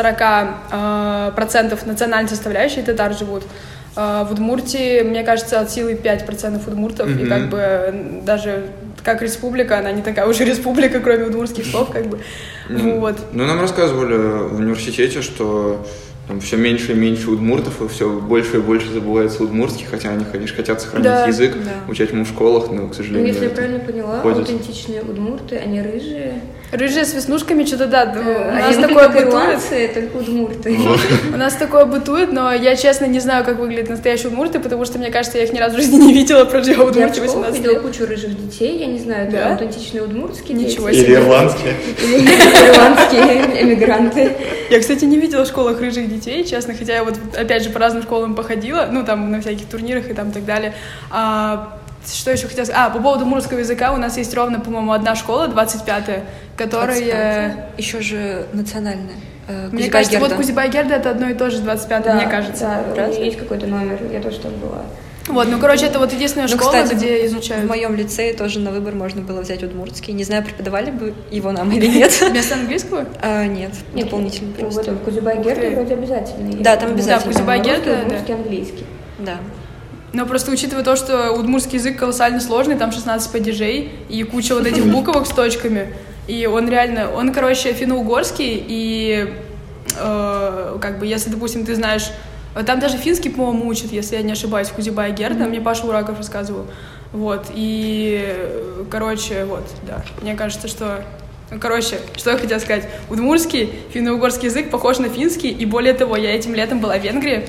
40% национальной составляющей татар живут. В Удмуртии, мне кажется, от силы 5% удмуртов, и как бы даже как республика, она не такая уже республика, кроме удмуртских слов, как бы. Вот. Нам рассказывали в университете, что там все меньше и меньше удмуртов, и все больше и больше забывается удмуртский, хотя они, конечно, хотят сохранить язык, учать ему в школах, но, к сожалению, если я правильно поняла, аутентичные удмурты, они рыжие. Рыжие с веснушками, что-то да. У нас такое бытует. Только удмурты. У нас такое бытует, но я, честно, не знаю, как выглядят настоящие удмурты, потому что, мне кажется, я их ни разу в жизни не видела, прожила в Удмуртии 18 лет. Я видела кучу рыжих детей, я не знаю, это аутентичные удмуртские дети. Ничего себе. Или ирландские. Или ирландские эмигранты. Я, кстати, не видела в школах рыжих детей, честно, хотя я вот, опять же, по разным школам походила, там на всяких турнирах и там так далее. Что еще хотела сказать? По поводу удмуртского языка у нас есть ровно, по-моему, одна школа, 25-я, которая... Еще же национальная. Мне кажется, вот Кузибай-Герда — это одно и то же, 25-я, мне кажется. Да, есть какой-то номер, я тоже там была. Вот, это вот единственная школа, кстати, где изучают. В моем лицее тоже на выбор можно было взять удмуртский. Не знаю, преподавали бы его нам или нет. Вместо английского? Нет, дополнительно просто. В Кузибай-Герде вроде обязательно. Да, там обязательно. Да, в Кузибай-Герде, удмуртский, английский. Да. Но просто учитывая то, что удмуртский язык колоссально сложный, там 16 падежей и куча вот этих буквок с точками, и он, финно-угорский, и как бы, если, допустим, ты знаешь... Там даже финский, по-моему, учат, если я не ошибаюсь, в Кузибай и Герда, мне Паша Ураков рассказывал. Вот, и, короче, вот, да, мне кажется, что... Короче, что я хотела сказать. Удмуртский, финно-угорский язык похож на финский, и более того, я этим летом была в Венгрии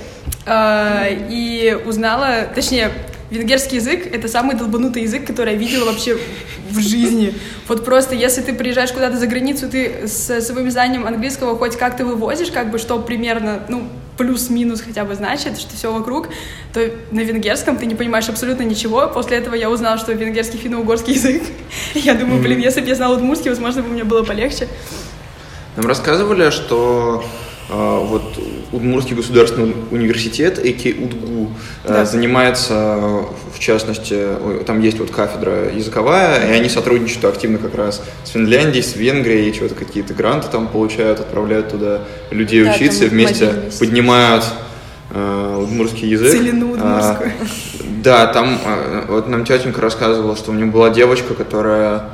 и узнала, точнее, венгерский язык — это самый долбанутый язык, который я видела вообще в жизни. Вот просто, если ты приезжаешь куда-то за границу, ты с своим знанием английского хоть как-то вывозишь, как бы, что примерно, ну, плюс-минус хотя бы значит, что все вокруг, то на венгерском ты не понимаешь абсолютно ничего. После этого я узнала, что венгерский финно-угорский язык. Я думаю, блин, если бы я знала удмуртский, возможно, бы мне было полегче. Нам рассказывали, что вот Удмуртский государственный университет, АК УДГУ, занимается, в частности, там есть вот кафедра языковая, и они сотрудничают активно как раз с Финляндией, с Венгрией, что-то какие-то гранты там получают, отправляют туда людей учиться, вместе поднимают удмуртский язык. Целину удмуртскую. Да, там вот нам тетенька рассказывала, что у нее была девочка, которая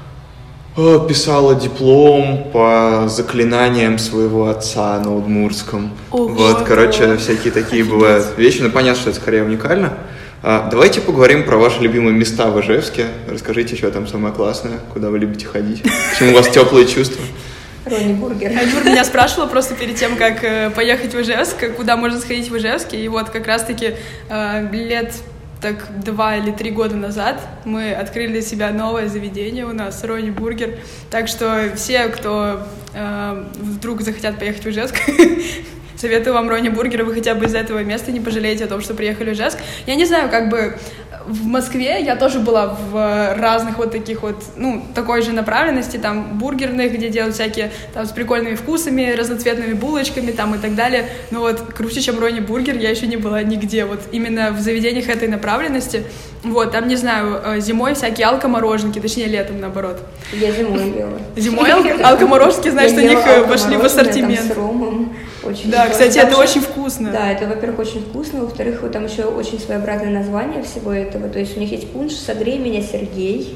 писала диплом по заклинаниям своего отца на удмуртском. Вот, короче, всякие такие бывают вещи. Ну, понятно, что это скорее уникально. Давайте поговорим про ваши любимые места в Ижевске. Расскажите, что там самое классное, куда вы любите ходить, почему у вас теплые чувства. Ронни Бургер. Альбур меня спрашивала просто перед тем, как поехать в Ижевск, куда можно сходить в Ижевске. И вот как раз-таки лет... Так 2 или 3 года назад мы открыли для себя новое заведение у нас, Ронни Бургер. Так что все, кто вдруг захотят поехать в Ижевск, советую вам Ронни Бургер, вы хотя бы из этого места не пожалеете о том, что приехали в Ижевск. Я не знаю, как бы в Москве я тоже была в разных вот таких вот, ну, такой же направленности, там, бургерных, где делают всякие, там, с прикольными вкусами, разноцветными булочками, там, и так далее. Но вот круче, чем Ронни Бургер, я еще не была нигде, вот именно в заведениях этой направленности. Вот, там, не знаю, зимой всякие алкомороженки, точнее, летом, наоборот. Я зимой ела. Зимой алкомороженки, знаешь, у них вошли в ассортимент. С ромом. Очень да, кстати, это очень вкусно. Да, это, во-первых, очень вкусно, во-вторых, вот там еще очень своеобразное название всего этого, то есть у них есть пунш «Согрей меня, Сергей».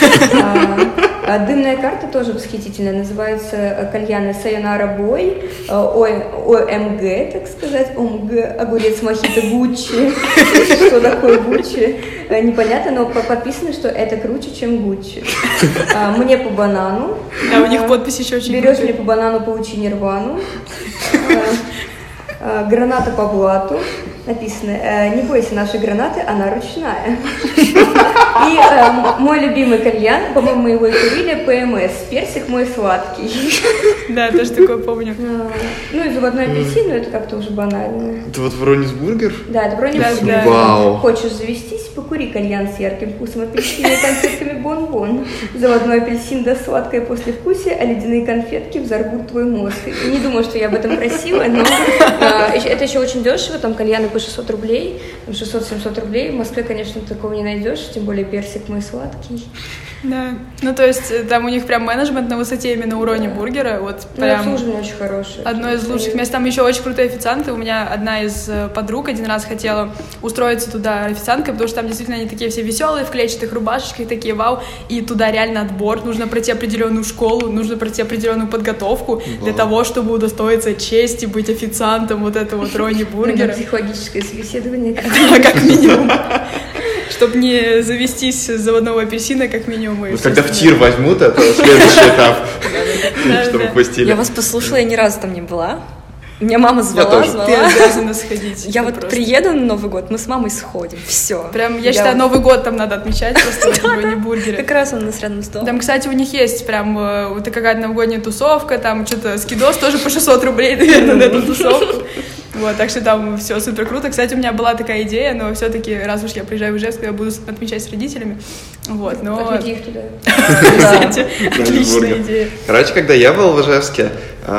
Дымная карта тоже восхитительная, называется кальяны «Сайонара Бой», ОМГ, так сказать, ОМГ, огурец мохито Гуччи. Что такое Гуччи? Непонятно, но подписано, что это круче, чем Гуччи. Мне по банану. Да, у них подпись еще очень Берешь мне по банану, получи нирвану. Граната по блату. Написано: не бойся нашей гранаты, она ручная. И мой любимый кальян, по-моему, мы его и курили, ПМС, персик мой сладкий. Да, тоже такое помню. Ну и заводной апельсин, но это как-то уже банально. Это вот в Ронни Бургер? Да, это в Ронни Бургер. Вау. Хочешь завестись? Покури кальян с ярким вкусом апельсина и конфетками бон-бон. Заводной апельсин даст сладкое послевкусие, а ледяные конфетки взорвут твой мозг. И не думаю, что я об этом просила, но это еще очень дешево, там кальяны по 600 рублей, 600-700 рублей. В Москве, конечно, такого не найдешь, тем более персик мой сладкий. Да, ну то есть там у них прям менеджмент на высоте именно у Ронни Бургера, вот прям... Ну, обслуживание очень хорошее. Одно из лучших мест, там еще очень крутые официанты, у меня одна из подруг один раз хотела устроиться туда официанткой, потому что там действительно они такие все веселые, в клетчатых рубашечках, такие вау, и туда реально отбор, нужно пройти определенную школу, нужно пройти определенную подготовку для того, чтобы удостоиться чести быть официантом вот этого вот Ронни Бургера. Психологическое собеседование. Как минимум. Чтобы не завестись с заводного апельсина, как минимум. Вот когда в тир возьмут, это следующий этап, чтобы пустили. Я вас послушала, я ни разу там не была. Меня мама звала. Ты обязана сходить. Я вот приеду на Новый год, мы с мамой сходим, все. Прям, я считаю, Новый год там надо отмечать просто в Ронни Бургере. Как раз он у нас рядом с домом. Там, кстати, у них есть прям вот какая-то новогодняя тусовка, там что-то скидос тоже по 600 рублей, наверное, на эту тусовку. Вот, так что там все супер круто. Кстати, у меня была такая идея, но все-таки, раз уж я приезжаю в Ижевск, я буду отмечать с родителями. Вот, но... Отведи их туда. Кстати, отличная идея. Раньше, когда я был в Ижевске,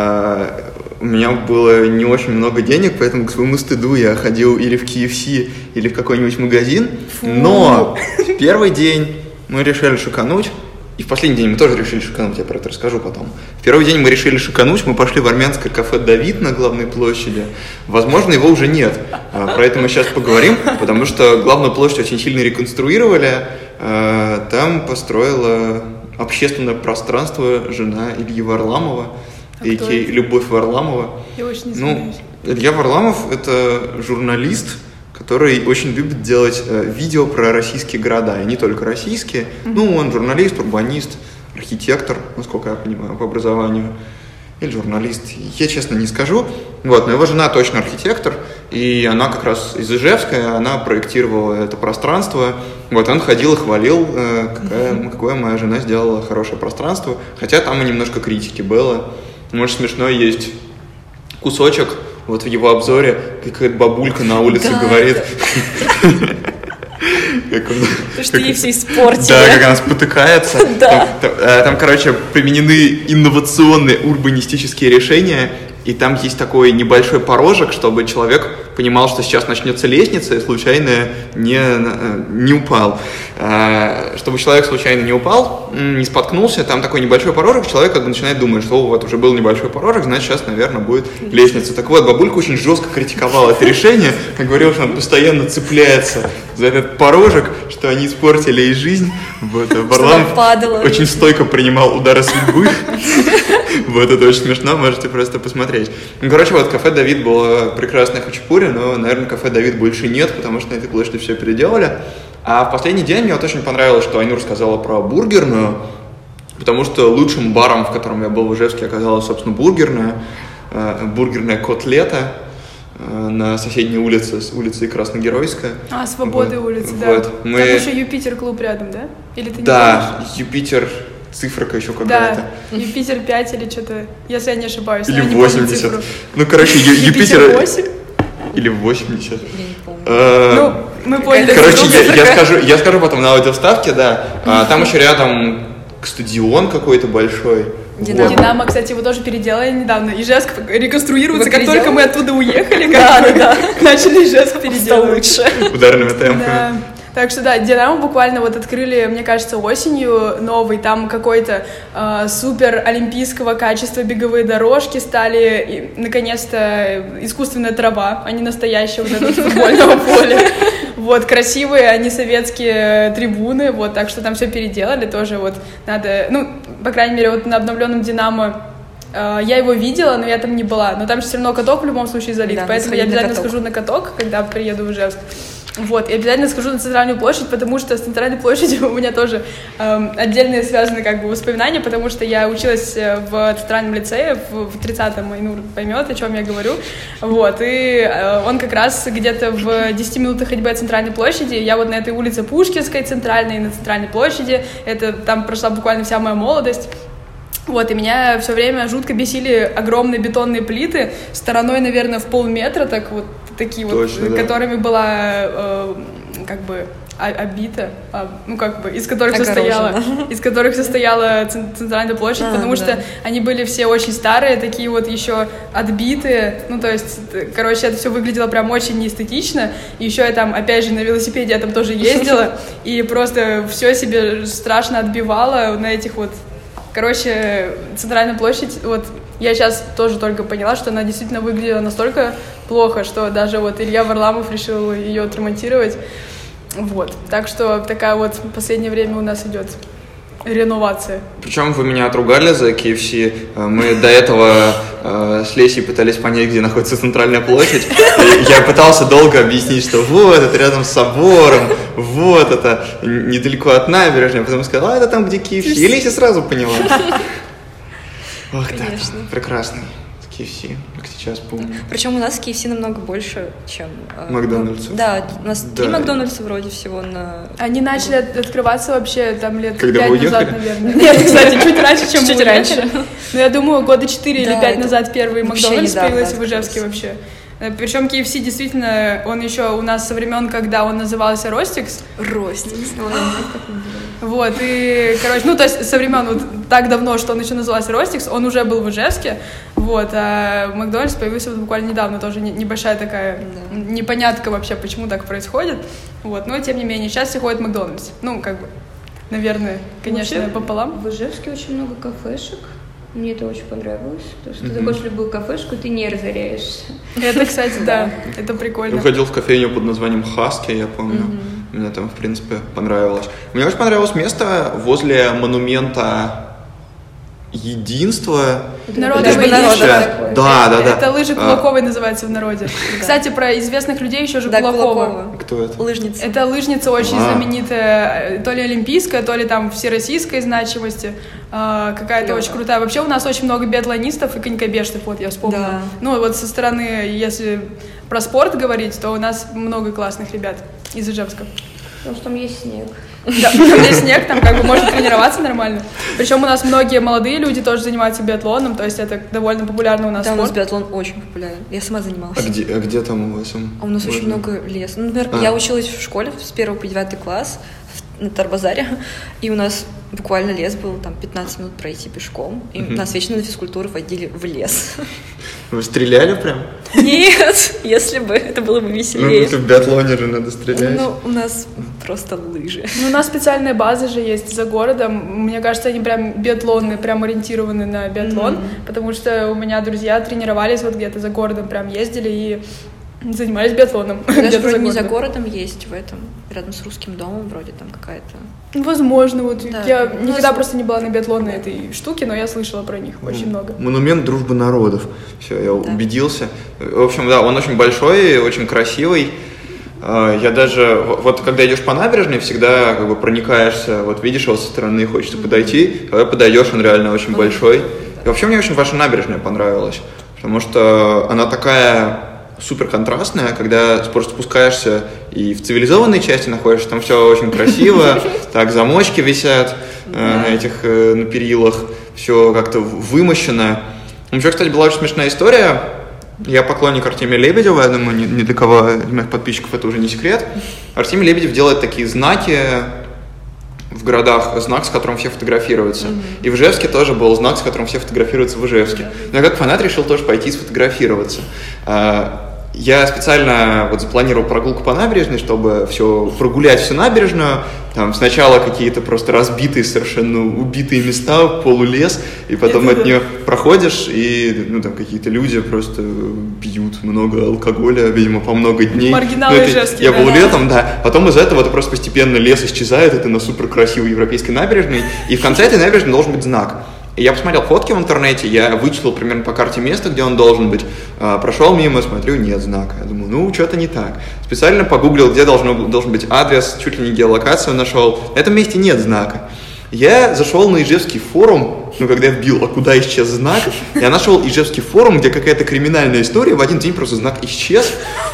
у меня было не очень много денег, поэтому к своему стыду я ходил или в KFC, или в какой-нибудь магазин. Но в первый день мы решили шикануть. И в последний день мы тоже решили шикануть, я про это расскажу потом. В первый день мы решили шикануть, мы пошли в армянское кафе «Давид» на главной площади. Возможно, его уже нет. Про это мы сейчас поговорим, потому что главную площадь очень сильно реконструировали. Там построила общественное пространство жена Ильи Варламова. а.к.а. Любовь Варламова. Я очень не знаю. Илья Варламов — это журналист, который очень любит делать видео про российские города, и не только российские. Он журналист, урбанист, архитектор, насколько я понимаю, по образованию. Или журналист, я честно не скажу. Но его жена точно архитектор, и она как раз из Ижевска, она проектировала это пространство. Он ходил и хвалил, какое моя жена сделала хорошее пространство, хотя там и немножко критики было. Может, смешно есть кусочек в его обзоре, какая-то бабулька на улице говорит... То, что ей все испортили. Да, как она спотыкается. Там, применены инновационные урбанистические решения, и там есть такой небольшой порожек, чтобы человек понимал, что сейчас начнется лестница, и случайно не упал. Чтобы человек случайно не упал, не споткнулся, там такой небольшой порожек, человек начинает думать, что уже был небольшой порожек, значит, сейчас, наверное, будет лестница. Так вот, бабулька очень жестко критиковала это решение, говорила, что она постоянно цепляется за этот порожек, что они испортили ей жизнь. Варламов очень стойко принимал удары судьбы. Это очень смешно, можете просто посмотреть. Кафе «Давид» было прекрасное хачапури, но, наверное, кафе «Давид» больше нет, потому что на этой площади все переделали. А в последний день мне очень понравилось, что Айнур сказала про бургерную, потому что лучшим баром, в котором я был в Ижевске, оказалась, собственно, бургерная «Котлета» на соседней улице, с улицей Красногеройская. Свободы улицы, да. Там еще Юпитер-клуб рядом, да? Или ты не помнишь? Юпитер... Циферка еще какая-то. Да, Юпитер 5 или что-то, если я не ошибаюсь. Или 80. Юпитер 8? Или 80. Я не помню. Мы поняли. Я скажу потом на аудиовставке, да. Там еще рядом стадион какой-то большой. Динамо, кстати, его тоже переделали недавно. Ижевск реконструируется, как только мы оттуда уехали. Начали Ижевск переделывать. Ударными темпами. Так что да, Динамо буквально открыли, мне кажется, осенью новый, там какой-то супер олимпийского качества беговые дорожки стали, и, наконец-то, искусственная трава, а не настоящее это футбольного поля. Красивые, а не советские трибуны, так что там все переделали тоже, надо, по крайней мере, на обновленном Динамо я его видела, но я там не была, но там же все равно каток в любом случае залит, поэтому я обязательно схожу на каток, когда приеду в Ижевск. И обязательно схожу на Центральную площадь, потому что с Центральной площадью у меня тоже отдельные связаны воспоминания, потому что я училась в Центральном лицее, в 30-м, Айнур поймет, о чем я говорю, и он как раз где-то в 10 минутах ходьбы от Центральной площади, я на этой улице Пушкинской, Центральной, на Центральной площади, там прошла буквально вся моя молодость. И меня все время жутко бесили огромные бетонные плиты стороной, наверное, в полметра, такие точно, которыми была обита, из которых состояла Центральная площадь, потому что они были все очень старые, такие еще отбитые, то есть, это все выглядело прям очень неэстетично, и еще я там, опять же, на велосипеде я там тоже ездила, и просто все себе страшно отбивала на этих Центральная площадь, я сейчас тоже только поняла, что она действительно выглядела настолько плохо, что даже Илья Варламов решил ее отремонтировать. Так что такая в последнее время у нас идет реновация. Причем вы меня отругали за KFC. Мы до этого с Лесей пытались понять, где находится Центральная площадь. Я пытался долго объяснить, что это рядом с собором, это недалеко от набережной. Потом сказал, это там, где KFC. И Леся сразу поняла. Да, прекрасный KFC, как сейчас помню. Причем у нас KFC намного больше, чем... Макдональдсов. Да, у нас 3 Макдональдса вроде всего на... Они начали открываться вообще там лет когда 5 назад, наверное. Нет, кстати, чуть раньше, чем мы уехали. Но я думаю, года 4 или 5 назад первый Макдональдс появился в Ижевске вообще. Причем KFC действительно, он еще у нас со времен, когда он назывался Ростикс. И, то есть со времен так давно, что он еще назывался Ростикс, он уже был в Ижевске, а Макдональдс появился буквально недавно, тоже небольшая такая непонятка вообще, почему так происходит, но тем не менее, сейчас все ходят в Макдональдс, наверное, конечно, вообще, пополам. В Ижевске очень много кафешек. Мне это очень понравилось, потому что ты заходишь в любую кафешку, ты не разоряешься. Это, кстати, да, это прикольно. Я ходил в кофейню под названием Хаски, я помню. Мне там, в принципе, понравилось. Мне очень понравилось место возле монумента единство. Народное единство. Да. Это лыжи Кулаковой называется в народе. Кстати, про известных людей еще же Кулакова. Кто это? Лыжница. Это лыжница очень знаменитая, то ли олимпийская, то ли там всероссийской значимости. Какая-то очень крутая. Вообще у нас очень много биатлонистов и конькобежцев, вот я вспомнила. Да. Ну вот со стороны, если про спорт говорить, то у нас много классных ребят из Ижевска. Потому что там есть снег. Да, там есть снег, там как бы можно тренироваться нормально. Причем у нас многие молодые люди тоже занимаются биатлоном, то есть это довольно популярно у нас спорт. Да, у нас биатлон очень популярен. Я сама занималась. А где там у вас? У нас очень много леса. Ну, например, я училась в школе с 1 по 9 класс на Тарбазаре, и у нас буквально лес был, там 15 минут пройти пешком, и нас вечно на физкультуру водили в лес. Вы стреляли прям? Нет, если бы, это было бы веселее. Ну, в биатлоне же надо стрелять. Ну, у нас просто лыжи. Ну, у нас специальная база же есть за городом. Мне кажется, они прям биатлонные, прям ориентированы на биатлон, потому что у меня друзья тренировались вот где-то за городом, прям ездили и занимались биатлоном. Даже вроде не за городом есть в этом, рядом с Русским домом вроде там какая-то. Возможно, вот да. Я никогда просто не была на биатлонной этой штуке, но я слышала про них очень много. Монумент дружбы народов. Все, я убедился. В общем, да, он очень большой, очень красивый. Я даже, вот когда идешь по набережной, всегда как бы проникаешься, вот видишь его со стороны, хочется подойти, когда подойдешь, он реально очень большой. И вообще мне очень ваша набережная понравилась, потому что она такая супер контрастная, когда просто спускаешься и в цивилизованной части находишься, там все очень красиво, так замочки висят на перилах, все как-то вымощено. Еще, кстати, была очень смешная история. Я поклонник Артемия Лебедева, я думаю, ни для кого из моих подписчиков это уже не секрет. Артемий Лебедев делает такие знаки в городах, знак, с которым все фотографируются. И в Ижевске тоже был знак, с которым все фотографируются в Ижевске. Но я как фанат решил тоже пойти сфотографироваться. Я специально вот запланировал прогулку по набережной, чтобы прогулять всю набережную. Там сначала какие-то просто разбитые, совершенно убитые места, полулес, и потом от нее проходишь, и там какие-то люди просто пьют много алкоголя, видимо, по много дней. Маргиналы ижевские. Я был летом, да. Потом из-за этого просто постепенно лес исчезает, это на супер красивой европейской набережной, и в конце этой набережной должен быть знак. И я посмотрел фотки в интернете, я вычислил примерно по карте место, где он должен быть. Прошел мимо, смотрю, нет знака. Я думаю, что-то не так. Специально погуглил, где должен быть адрес, чуть ли не геолокацию нашел. На этом месте нет знака. Я зашел на Ижевский форум, когда я вбил, а куда исчез знак, я нашел Ижевский форум, где какая-то криминальная история, в один день просто знак исчез,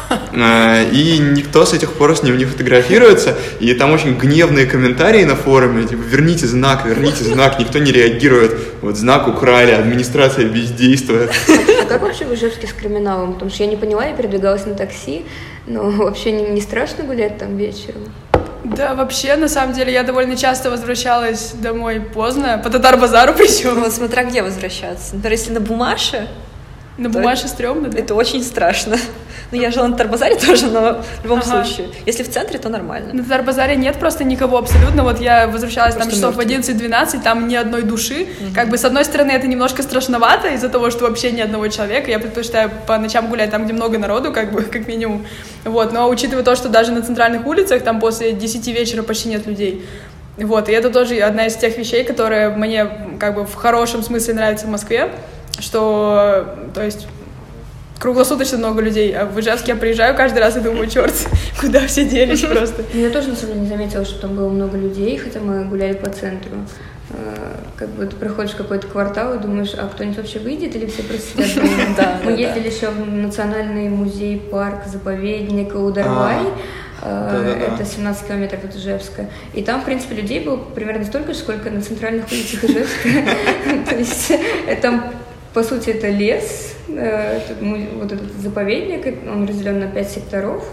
и никто с этих пор с ним не фотографируется, и там очень гневные комментарии на форуме, типа, верните знак, никто не реагирует, вот знак украли, администрация бездействует. А как вообще в Ижевске с криминалом? Потому что я не поняла, я передвигалась на такси, но вообще не страшно гулять там вечером? Да, вообще, на самом деле, я довольно часто возвращалась домой поздно, по Татар-базару причем. Вот смотря где возвращаться. Например, если на Бумаше... На Бумаше стрёмно, да? Это очень страшно. Ну, я жила на Татар-базаре тоже, но в любом случае. Если в центре, то нормально. На Татар-базаре нет просто никого абсолютно. Вот я возвращалась просто там часов в 11-12, там ни одной души. Как бы, с одной стороны, это немножко страшновато из-за того, что вообще ни одного человека. Я предпочитаю по ночам гулять там, где много народу, как бы, как минимум. Вот. Но учитывая то, что даже на центральных улицах там после 10 вечера почти нет людей. Вот. И это тоже одна из тех вещей, которые мне как бы в хорошем смысле нравятся в Москве. Что, то есть, круглосуточно много людей, а в Ижевске я приезжаю каждый раз и думаю, черт, куда все делись просто. Я тоже, на самом деле, не заметила, что там было много людей, хотя мы гуляли по центру. Как бы ты проходишь какой-то квартал и думаешь, а кто-нибудь вообще выйдет или все просто сидят дома? Мы ездили еще в Национальный музей, парк, заповедник Ударвай. Это 17 километров от Ижевска. И там, в принципе, людей было примерно столько же, сколько на центральных улицах Ижевска. То есть там, по сути, это лес, вот этот заповедник, он разделен на 5 секторов.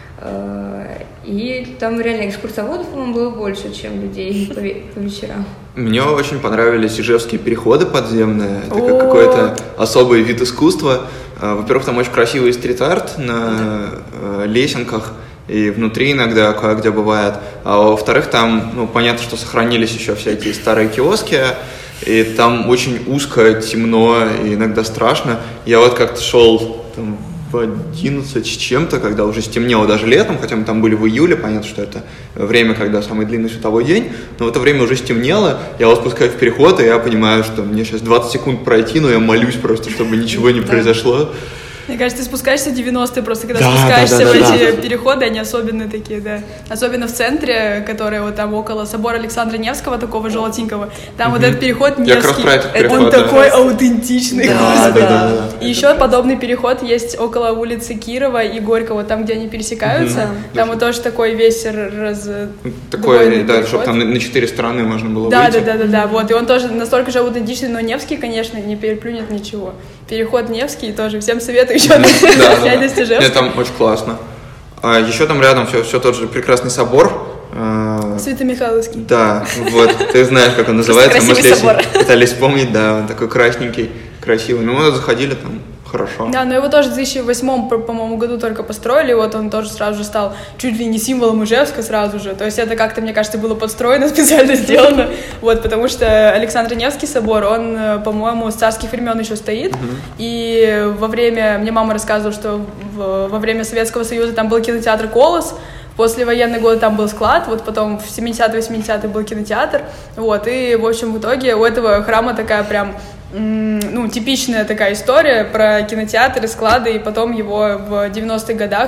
И там реально экскурсоводов, по-моему, было больше, чем людей по вечерам. Мне очень понравились ижевские переходы подземные. Это как какой-то особый вид искусства. Во-первых, там очень красивый стрит-арт на лесенках. И внутри иногда кое-где бывает. А во-вторых, там, понятно, что сохранились еще всякие старые киоски. И там очень узко, темно и иногда страшно. Я вот как-то шел там, в 11 с чем-то, когда уже стемнело даже летом, хотя мы там были в июле, понятно, что это время, когда самый длинный световой день, но в это время уже стемнело, я вот спускаюсь в переход, и я понимаю, что мне сейчас 20 секунд пройти, но я молюсь просто, чтобы ничего не произошло. Мне кажется, ты спускаешься в 90-е просто, когда спускаешься в эти переходы, они особенные такие, да. Особенно в центре, который вот там около собора Александра Невского, такого желтенького. Там вот этот переход Невский, он такой аутентичный. Да. И еще подобный переход есть около улицы Кирова и Горького, там, где они пересекаются. Там вот тоже такой весь такой, да, чтобы там на 4 стороны можно было выйти. Да. Вот, и он тоже настолько же аутентичный, но Невский, конечно, не переплюнет ничего. Переход Невский тоже всем советую еще на Нет, там очень классно. Еще там рядом все тот же прекрасный собор. Свято-Михайловский. Да, вот, ты знаешь, как он называется. Мы пытались вспомнить, да, он такой красненький, красивый. Ну, мы заходили там. Хорошо. Да, но его тоже в 2008, по-моему, году только построили, вот он тоже сразу же стал чуть ли не символом Ижевска сразу же, то есть это как-то, мне кажется, было подстроено, специально сделано, вот, потому что Александр Невский собор, он, по-моему, с царских времен еще стоит, и во время, мне мама рассказывала, что во время Советского Союза там был кинотеатр «Колос», после военных года там был склад, вот потом в 70-е, 80-е был кинотеатр, вот, и, в общем, в итоге у этого храма такая прям, ну, типичная такая история про кинотеатры, склады, и потом его в 90-х годах,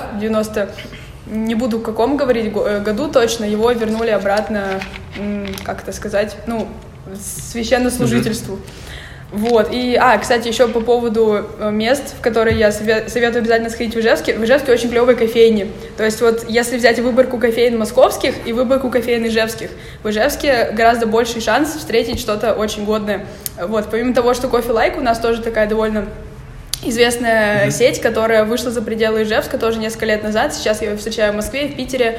не буду в каком говорить году точно, его вернули обратно, как это сказать, ну, священнослужительству. Вот, и, кстати, еще по поводу мест, в которые я советую обязательно сходить в Ижевске очень клевые кофейни, то есть вот если взять выборку кофеин московских и выборку кофеин ижевских, в Ижевске гораздо больший шанс встретить что-то очень годное, вот, помимо того, что Coffee Like у нас тоже такая довольно известная сеть, которая вышла за пределы Ижевска тоже несколько лет назад. Сейчас я ее встречаю в Москве, в Питере,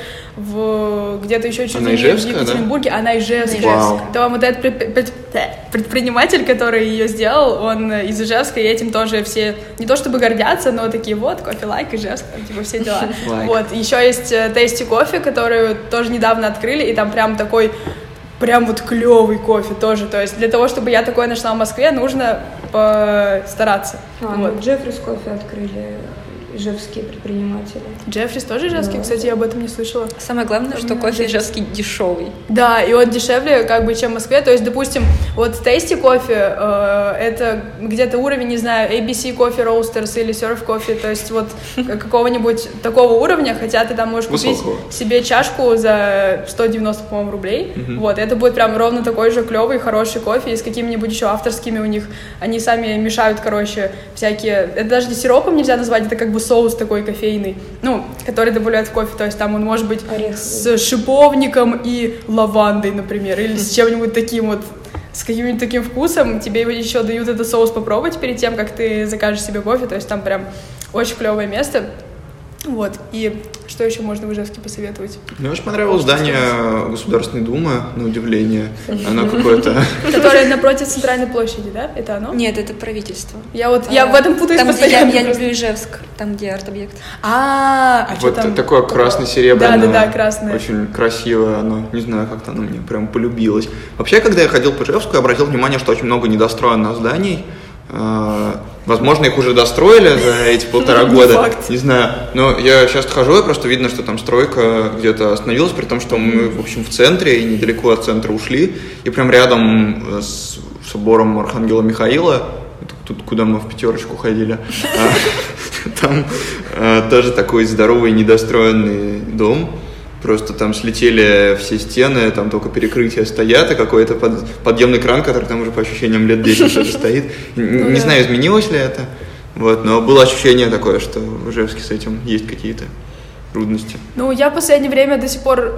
где-то еще чуть ли не в Екатеринбурге. Да? Она ижевская. Там вот этот предприниматель, который ее сделал, он из Ижевска, и этим тоже все не то чтобы гордятся, но такие вот, Coffee Like, Ижевск, типа все дела. Вот. Еще есть Tasty Coffee, которую тоже недавно открыли, и там прям такой вот клевый кофе тоже. То есть для того, чтобы я такое нашла в Москве, нужно постараться. Вот. Джеффрис кофе открыли ижевские предприниматели. Джеффрис тоже ижевский? Да. Кстати, я об этом не слышала. Самое главное, что кофе ижевский дешевый. Да, и он дешевле, как бы, чем в Москве. То есть, допустим, вот Tasty кофе, это где-то уровень, не знаю, ABC Coffee Roasters или Surf Coffee, то есть вот какого-нибудь такого уровня, хотя ты там можешь купить себе чашку за 190, по-моему, рублей. Вот, это будет прям ровно такой же клевый, хороший кофе, и с какими-нибудь еще авторскими у них, они сами мешают, короче, всякие, это даже не сиропом нельзя назвать, это как бы соус такой кофейный, ну, который добавляют в кофе, то есть там он может быть с шиповником и лавандой, например, или с чем-нибудь таким вот, с каким-нибудь таким вкусом, тебе еще дают этот соус попробовать перед тем, как ты закажешь себе кофе, то есть там прям очень клевое место. Вот, и что еще можно в Ижевске посоветовать? Мне очень понравилось здание Государственной Думы, на удивление. Оно какое-то... Которое напротив Центральной площади, да? Это оно? Нет, это правительство. Я в этом путаюсь постоянно. Я люблю Ижевск, там, где арт-объект. Вот такое красно-серебряное. Да, красное. Очень красивое оно. Не знаю, как-то оно мне прям полюбилось. Вообще, когда я ходил по Ижевску, я обратил внимание, что очень много недостроенных зданий. Возможно, их уже достроили за эти 1,5 года, не знаю, но я сейчас хожу, и просто видно, что там стройка где-то остановилась, при том, что мы, в общем, в центре и недалеко от центра ушли, и прям рядом с собором Архангела Михаила, тут, куда мы в пятерочку ходили, там тоже такой здоровый недостроенный дом. Просто там слетели все стены, там только перекрытия стоят, и какой-то подъемный кран, который там уже по ощущениям лет 10 уже стоит. Не знаю, изменилось ли это, вот, но было ощущение такое, что в Ижевске с этим есть какие-то трудности. Ну, я в последнее время до сих пор,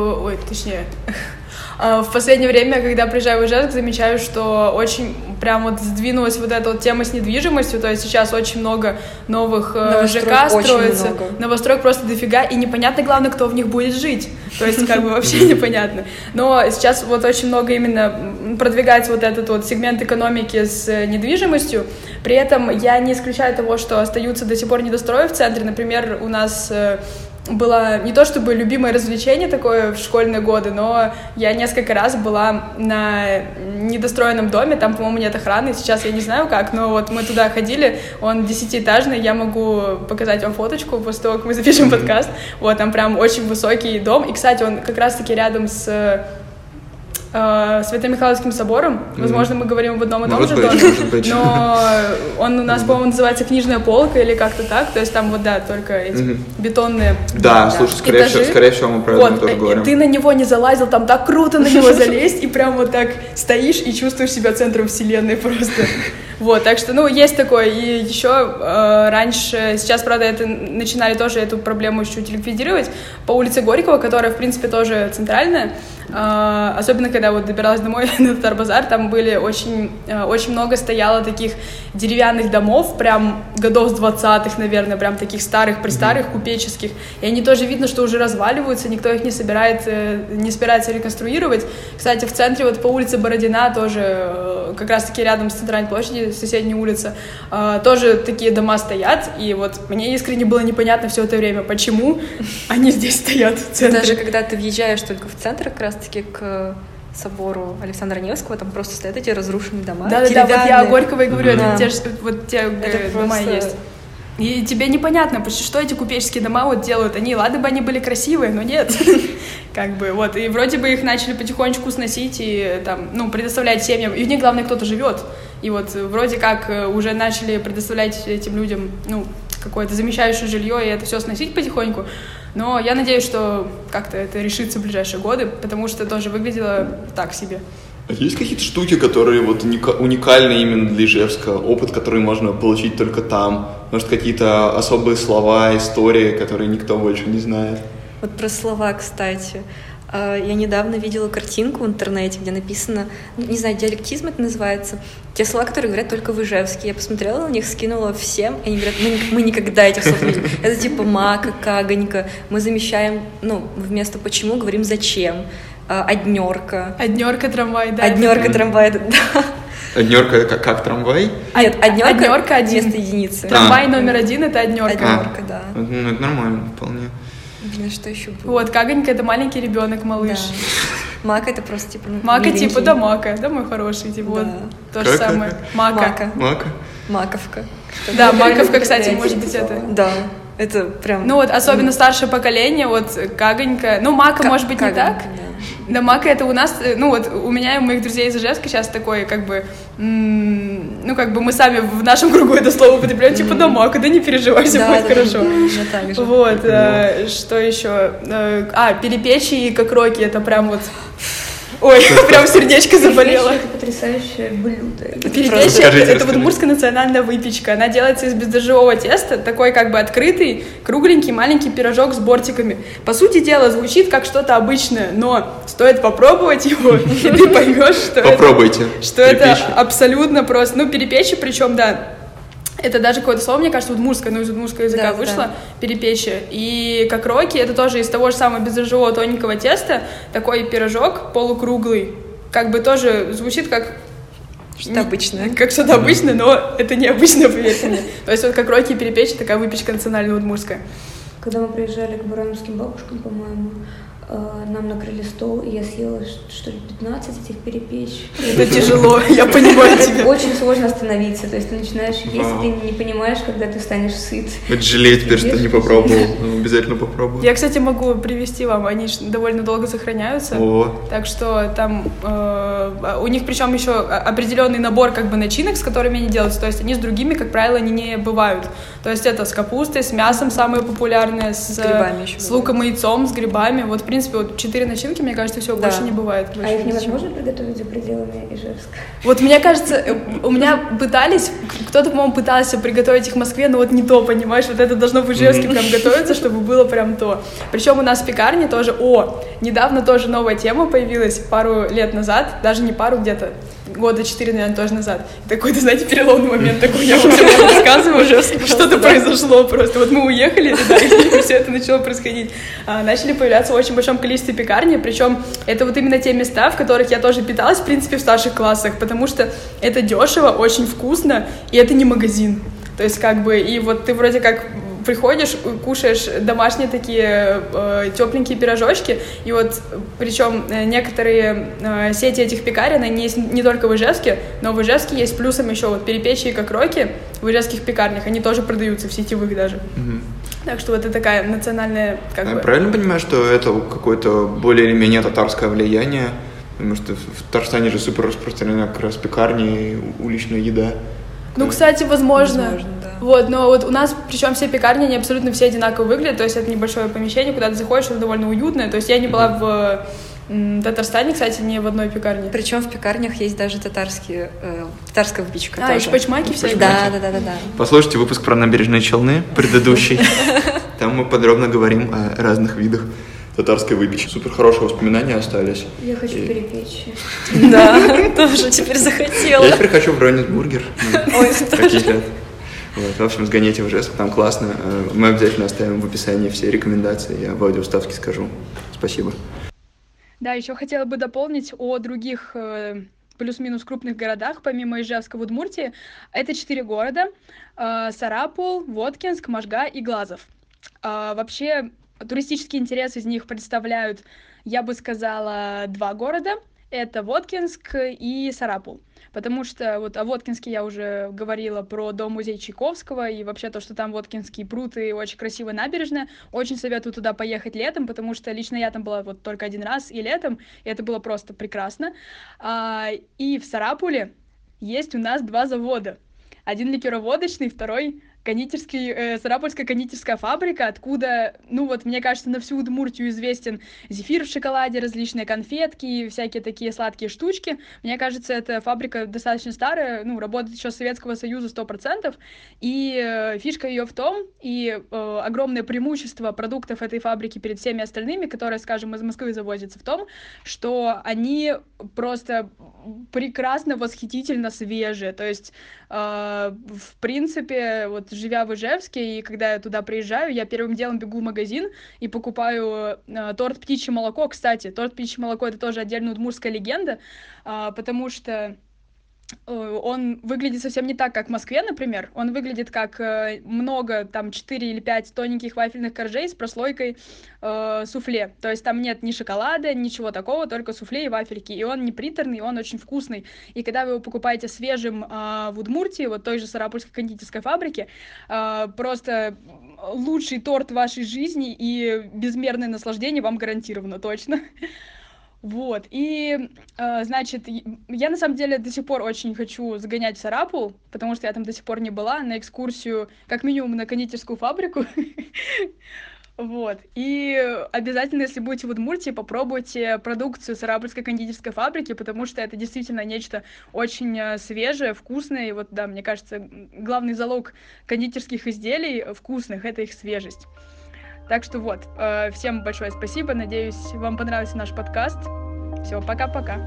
в последнее время, когда приезжаю в Ижевск, замечаю, что очень прям вот сдвинулась вот эта вот тема с недвижимостью, то есть сейчас очень много новых ЖК строится, новостроек просто дофига, и непонятно, главное, кто в них будет жить, то есть как бы вообще непонятно. Но сейчас вот очень много именно продвигается вот этот вот сегмент экономики с недвижимостью, при этом я не исключаю того, что остаются до сих пор недострои в центре, например, у нас было не то чтобы любимое развлечение такое в школьные годы, но я несколько раз была на недостроенном доме, там, по-моему, нет охраны, сейчас я не знаю как, но вот мы туда ходили, он 10-этажный, я могу показать вам фоточку после того, как мы запишем подкаст, вот, там прям очень высокий дом, и, кстати, он как раз-таки рядом с Свято-Михайловским собором. Возможно, мы говорим об одном и том же доме, но он у нас, по-моему, называется «Книжная полка» или как-то так, то есть там вот, да, только эти бетонные слушай, скорее всего, мы про это тоже говорим. Ты на него не залазил, там так круто на него залезть, и прям вот так стоишь и чувствуешь себя центром вселенной просто. Вот, так что, ну, есть такое. И еще раньше, сейчас, правда, это начинали тоже эту проблему чуть ликвидировать, по улице Горького, которая, в принципе, тоже центральная, особенно когда вот добиралась домой на Татар-базар, там были очень много стояло таких деревянных домов, прям годов с 20-х, наверное, прям таких старых-престарых, купеческих, и они тоже видно, что уже разваливаются, никто их не собирается реконструировать. Кстати, в центре, вот по улице Бородина, тоже как раз-таки рядом с центральной площадью, соседняя улица, тоже такие дома стоят, и вот мне искренне было непонятно все это время, почему они здесь стоят в центре. Даже когда ты въезжаешь только в центр, как раз-таки к собору Александра Невского, там просто стоят эти разрушенные дома. Да, вот я о Горького и говорю, это те дома есть. И тебе непонятно, что эти купеческие дома вот делают. Ладно бы они были красивые, но нет. Как бы, вот. И вроде бы их начали потихонечку сносить и там, ну, предоставлять семьям. И в них, главное, кто-то живет. И вот вроде как уже начали предоставлять этим людям, ну, какое-то замещающее жилье, и это все сносить потихоньку. Но я надеюсь, что как-то это решится в ближайшие годы, потому что тоже выглядело так себе. А есть какие-то штуки, которые вот уникальны именно для Ижевска, опыт, который можно получить только там? Может, какие-то особые слова, истории, которые никто больше не знает? Вот про слова, кстати. Я недавно видела картинку в интернете, где написано, не знаю, диалектизм это называется, те слова, которые говорят только в Ижевске. Я посмотрела на них, скинула всем, и они говорят, мы никогда этих слов не видим. Это типа мака, каганька. Мы замещаем, ну, вместо почему говорим зачем. Однерка. Однерка трамвай, да. Однерка трамвай, да. Однерка это как трамвай? Нет, однерка один. Вместо единицы. Трамвай номер 1 это однерка. Однерка, да. Ну, это нормально, вполне. Блин, что еще было? Вот, каганька это маленький ребенок, малыш. Да. Мака это просто типа. Мака типа да мака, да, мой хороший, типа вот то же самое. Мака. Маковка. Да, маковка, кстати, может быть это. Да. Это прям... Ну вот, особенно старшее поколение, вот каганька, ну мака может быть не так. Да, мака это у нас, ну вот у меня и у моих друзей из Ижевска сейчас такое, как бы, ну как бы мы сами в нашем кругу это слово употребляем, типа да мака, да не переживай, все будет хорошо. Вот, что еще? Перепечи и кокроки, это прям вот... Ой, прям сердечко заболело. Это потрясающее блюдо. Перепечи — это вот удмуртская национальная выпечка. Она делается из бездрожжевого теста, такой как бы открытый, кругленький, маленький пирожок с бортиками. По сути дела, звучит как что-то обычное, но стоит попробовать его, и ты поймешь, что это абсолютно просто. Ну, перепечи, причем, да, это даже какое-то слово, мне кажется, удмуртское, но из удмуртского языка вышло, перепечи. И кокроки — это тоже из того же самого бездрожжевого тоненького теста, такой пирожок полукруглый, как бы тоже звучит как... Что-то обычное. Как что-то обычное, но это необычное, поверьте мне. То есть вот кокроки и перепечи — такая выпечка национальная удмуртская. Когда мы приезжали к бурановским бабушкам, по-моему, нам накрыли стол, и я съела, что ли, 15 этих перепеч. Это тяжело, я понимаю тебя. Очень сложно остановиться, то есть ты начинаешь есть, и ты не понимаешь, когда ты станешь сыт. Вот жалею теперь, что не попробовал, обязательно попробую. Я, кстати, могу привезти вам, они довольно долго сохраняются, так что там у них причем еще определенный набор как бы начинок, с которыми они делаются, то есть они с другими, как правило, не бывают. То есть это с капустой, с мясом самые популярные, с луком и яйцом, с грибами, вот в принципе, вот 4 начинки, мне кажется, все, больше не бывает. А их невозможно приготовить за пределами Ижевска? Вот мне кажется, у меня пытались, кто-то, по-моему, пытался приготовить их в Москве, но вот не то, понимаешь, вот это должно в Ижевске прям готовиться, чтобы было прям то. Причем у нас в пекарне тоже, недавно тоже новая тема появилась, пару лет назад, даже не пару, где-то года 4, наверное, тоже назад. Такой, ты знаете, переломный момент такой, я вам рассказываю, что-то произошло просто. Вот мы уехали туда, и все это начало происходить. Начали появляться в очень большом количестве пекарни, причем это вот именно те места, в которых я тоже питалась, в принципе, в старших классах, потому что это дешево, очень вкусно, и это не магазин. То есть как бы, и вот ты вроде как приходишь, кушаешь домашние такие тепленькие пирожочки, и вот причем некоторые сети этих пекарен, они есть не только в Ижевске, но в Ижевске есть плюсом еще вот перепечи и кокроки в ижевских пекарнях, они тоже продаются в сетевых даже. Так что вот это такая национальная как бы... Я правильно понимаю, что это какое-то более или менее татарское влияние? Потому что в Татарстане же супер распространена как раз пекарни и уличная еда. Ну, кстати, возможно да. Вот, но вот у нас, причем все пекарни, они абсолютно все одинаково выглядят, то есть это небольшое помещение, куда ты заходишь, это довольно уютное, то есть я не была в Татарстане, кстати, ни в одной пекарне. Причем в пекарнях есть даже татарская выпечка тоже. И шпачмаки всякие. Да. Послушайте выпуск про набережные Челны, предыдущий. Там мы подробно говорим о разных видах татарской выпечки. Супер хорошие воспоминания остались. Я хочу перепечь. Да, тоже теперь захотела. Я теперь хочу в Ронис бургер. Ой, Каких лет. Вот, в общем, сгоните в Ижевск, там классно. Мы обязательно оставим в описании все рекомендации, я в аудиоставке скажу. Спасибо. Да, еще хотела бы дополнить о других плюс-минус крупных городах, помимо Ижевска в Удмуртии. Это 4 города: Сарапул, Воткинск, Можга и Глазов. Вообще, туристический интерес из них представляют, я бы сказала, 2 города. Это Воткинск и Сарапул. Потому что вот о Воткинске я уже говорила про дом-музей Чайковского, и вообще то, что там Воткинский пруд и очень красивая набережная. Очень советую туда поехать летом, потому что лично я там была вот только 1 раз и летом, и это было просто прекрасно. И в Сарапуле есть у нас 2 завода. Один ликероводочный, второй Сарапульская кондитерская фабрика, откуда, ну вот, мне кажется, на всю Удмуртию известен зефир в шоколаде, различные конфетки и всякие такие сладкие штучки. Мне кажется, эта фабрика достаточно старая, ну, работает еще с Советского Союза 100%, и фишка ее в том, и огромное преимущество продуктов этой фабрики перед всеми остальными, которые, скажем, из Москвы завозятся, в том, что они просто прекрасно, восхитительно свежие, то есть, в принципе, вот, живя в Ижевске, и когда я туда приезжаю, я первым делом бегу в магазин и покупаю торт «Птичье молоко». Кстати, торт «Птичье молоко» — это тоже отдельная удмуртская легенда, потому что он выглядит совсем не так, как в Москве, например. Он выглядит как много, там, 4 или 5 тоненьких вафельных коржей с прослойкой суфле. То есть там нет ни шоколада, ничего такого, только суфле и вафельки. И он не приторный, он очень вкусный. И когда вы его покупаете свежим в Удмуртии, вот той же Сарапульской кондитерской фабрике, просто лучший торт вашей жизни и безмерное наслаждение вам гарантировано, точно. Вот, и, значит, я на самом деле до сих пор очень хочу загонять в Сарапул, потому что я там до сих пор не была, на экскурсию, как минимум, на кондитерскую фабрику. Вот, и обязательно, если будете в Удмуртии, попробуйте продукцию Сарапульской кондитерской фабрики, потому что это действительно нечто очень свежее, вкусное, и вот, да, мне кажется, главный залог кондитерских изделий вкусных — это их свежесть. Так что вот, всем большое спасибо, надеюсь, вам понравился наш подкаст. Все, пока-пока.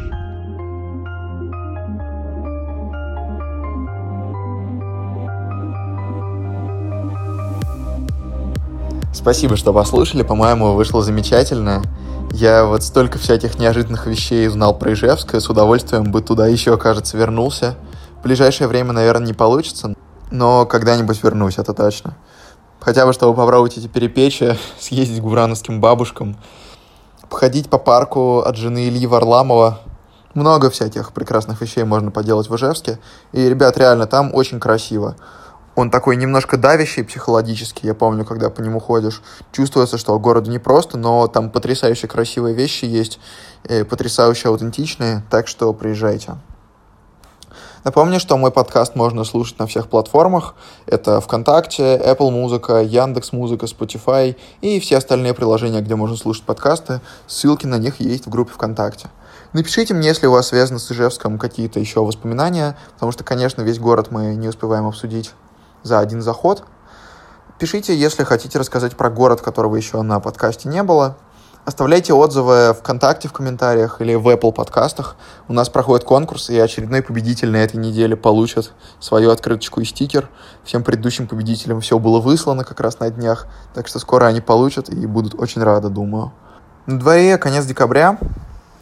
Спасибо, что послушали, по-моему, вышло замечательно. Я вот столько всяких неожиданных вещей узнал про Ижевск, и с удовольствием бы туда еще, кажется, вернулся. В ближайшее время, наверное, не получится, но когда-нибудь вернусь, это точно. Хотя бы, чтобы попробовать эти перепечи, съездить к гурановским бабушкам, походить по парку от жены Ильи Варламова. Много всяких прекрасных вещей можно поделать в Ижевске. И, ребят, реально, там очень красиво. Он такой немножко давящий психологически, я помню, когда по нему ходишь. Чувствуется, что городу непросто, но там потрясающе красивые вещи есть, потрясающе аутентичные, так что приезжайте. Напомню, что мой подкаст можно слушать на всех платформах. Это ВКонтакте, Apple Музыка, Яндекс.Музыка, Spotify и все остальные приложения, где можно слушать подкасты. Ссылки на них есть в группе ВКонтакте. Напишите мне, если у вас связаны с Ижевском какие-то еще воспоминания, потому что, конечно, весь город мы не успеваем обсудить за один заход. Пишите, если хотите рассказать про город, которого еще на подкасте не было. Оставляйте отзывы ВКонтакте в комментариях или в Apple подкастах. У нас проходит конкурс, и очередной победитель на этой неделе получит свою открыточку и стикер. Всем предыдущим победителям все было выслано как раз на днях, так что скоро они получат и будут очень рады, думаю. На дворе конец декабря.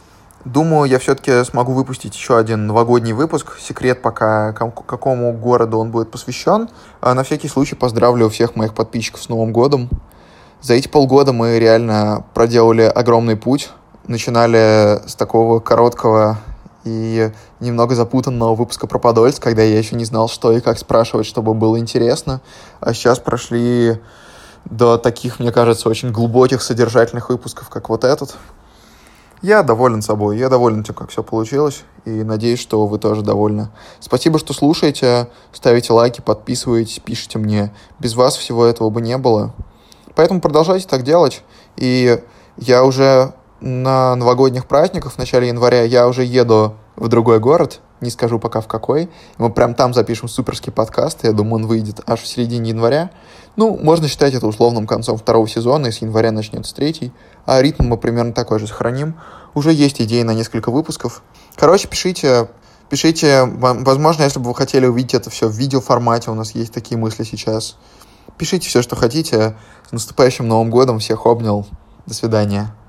Думаю, я все-таки смогу выпустить еще один новогодний выпуск. Секрет пока, какому городу он будет посвящен. А на всякий случай поздравлю всех моих подписчиков с Новым годом. За эти полгода мы реально проделали огромный путь. Начинали с такого короткого и немного запутанного выпуска про Подольск, когда я еще не знал, что и как спрашивать, чтобы было интересно. А сейчас прошли до таких, мне кажется, очень глубоких, содержательных выпусков, как вот этот. Я доволен собой, я доволен тем, как все получилось, и надеюсь, что вы тоже довольны. Спасибо, что слушаете, ставите лайки, подписываетесь, пишите мне. Без вас всего этого бы не было. Поэтому продолжайте так делать. И я уже на новогодних праздниках в начале января я уже еду в другой город, не скажу пока в какой. Мы прям там запишем суперский подкаст, я думаю, он выйдет аж в середине января. Ну, можно считать это условным концом второго сезона, и с января начнется третий. А ритм мы примерно такой же сохраним. Уже есть идеи на несколько выпусков. Короче, пишите. Возможно, если бы вы хотели увидеть это все в видеоформате, у нас есть такие мысли сейчас. Пишите все, что хотите. С наступающим Новым годом. Всех обнял. До свидания.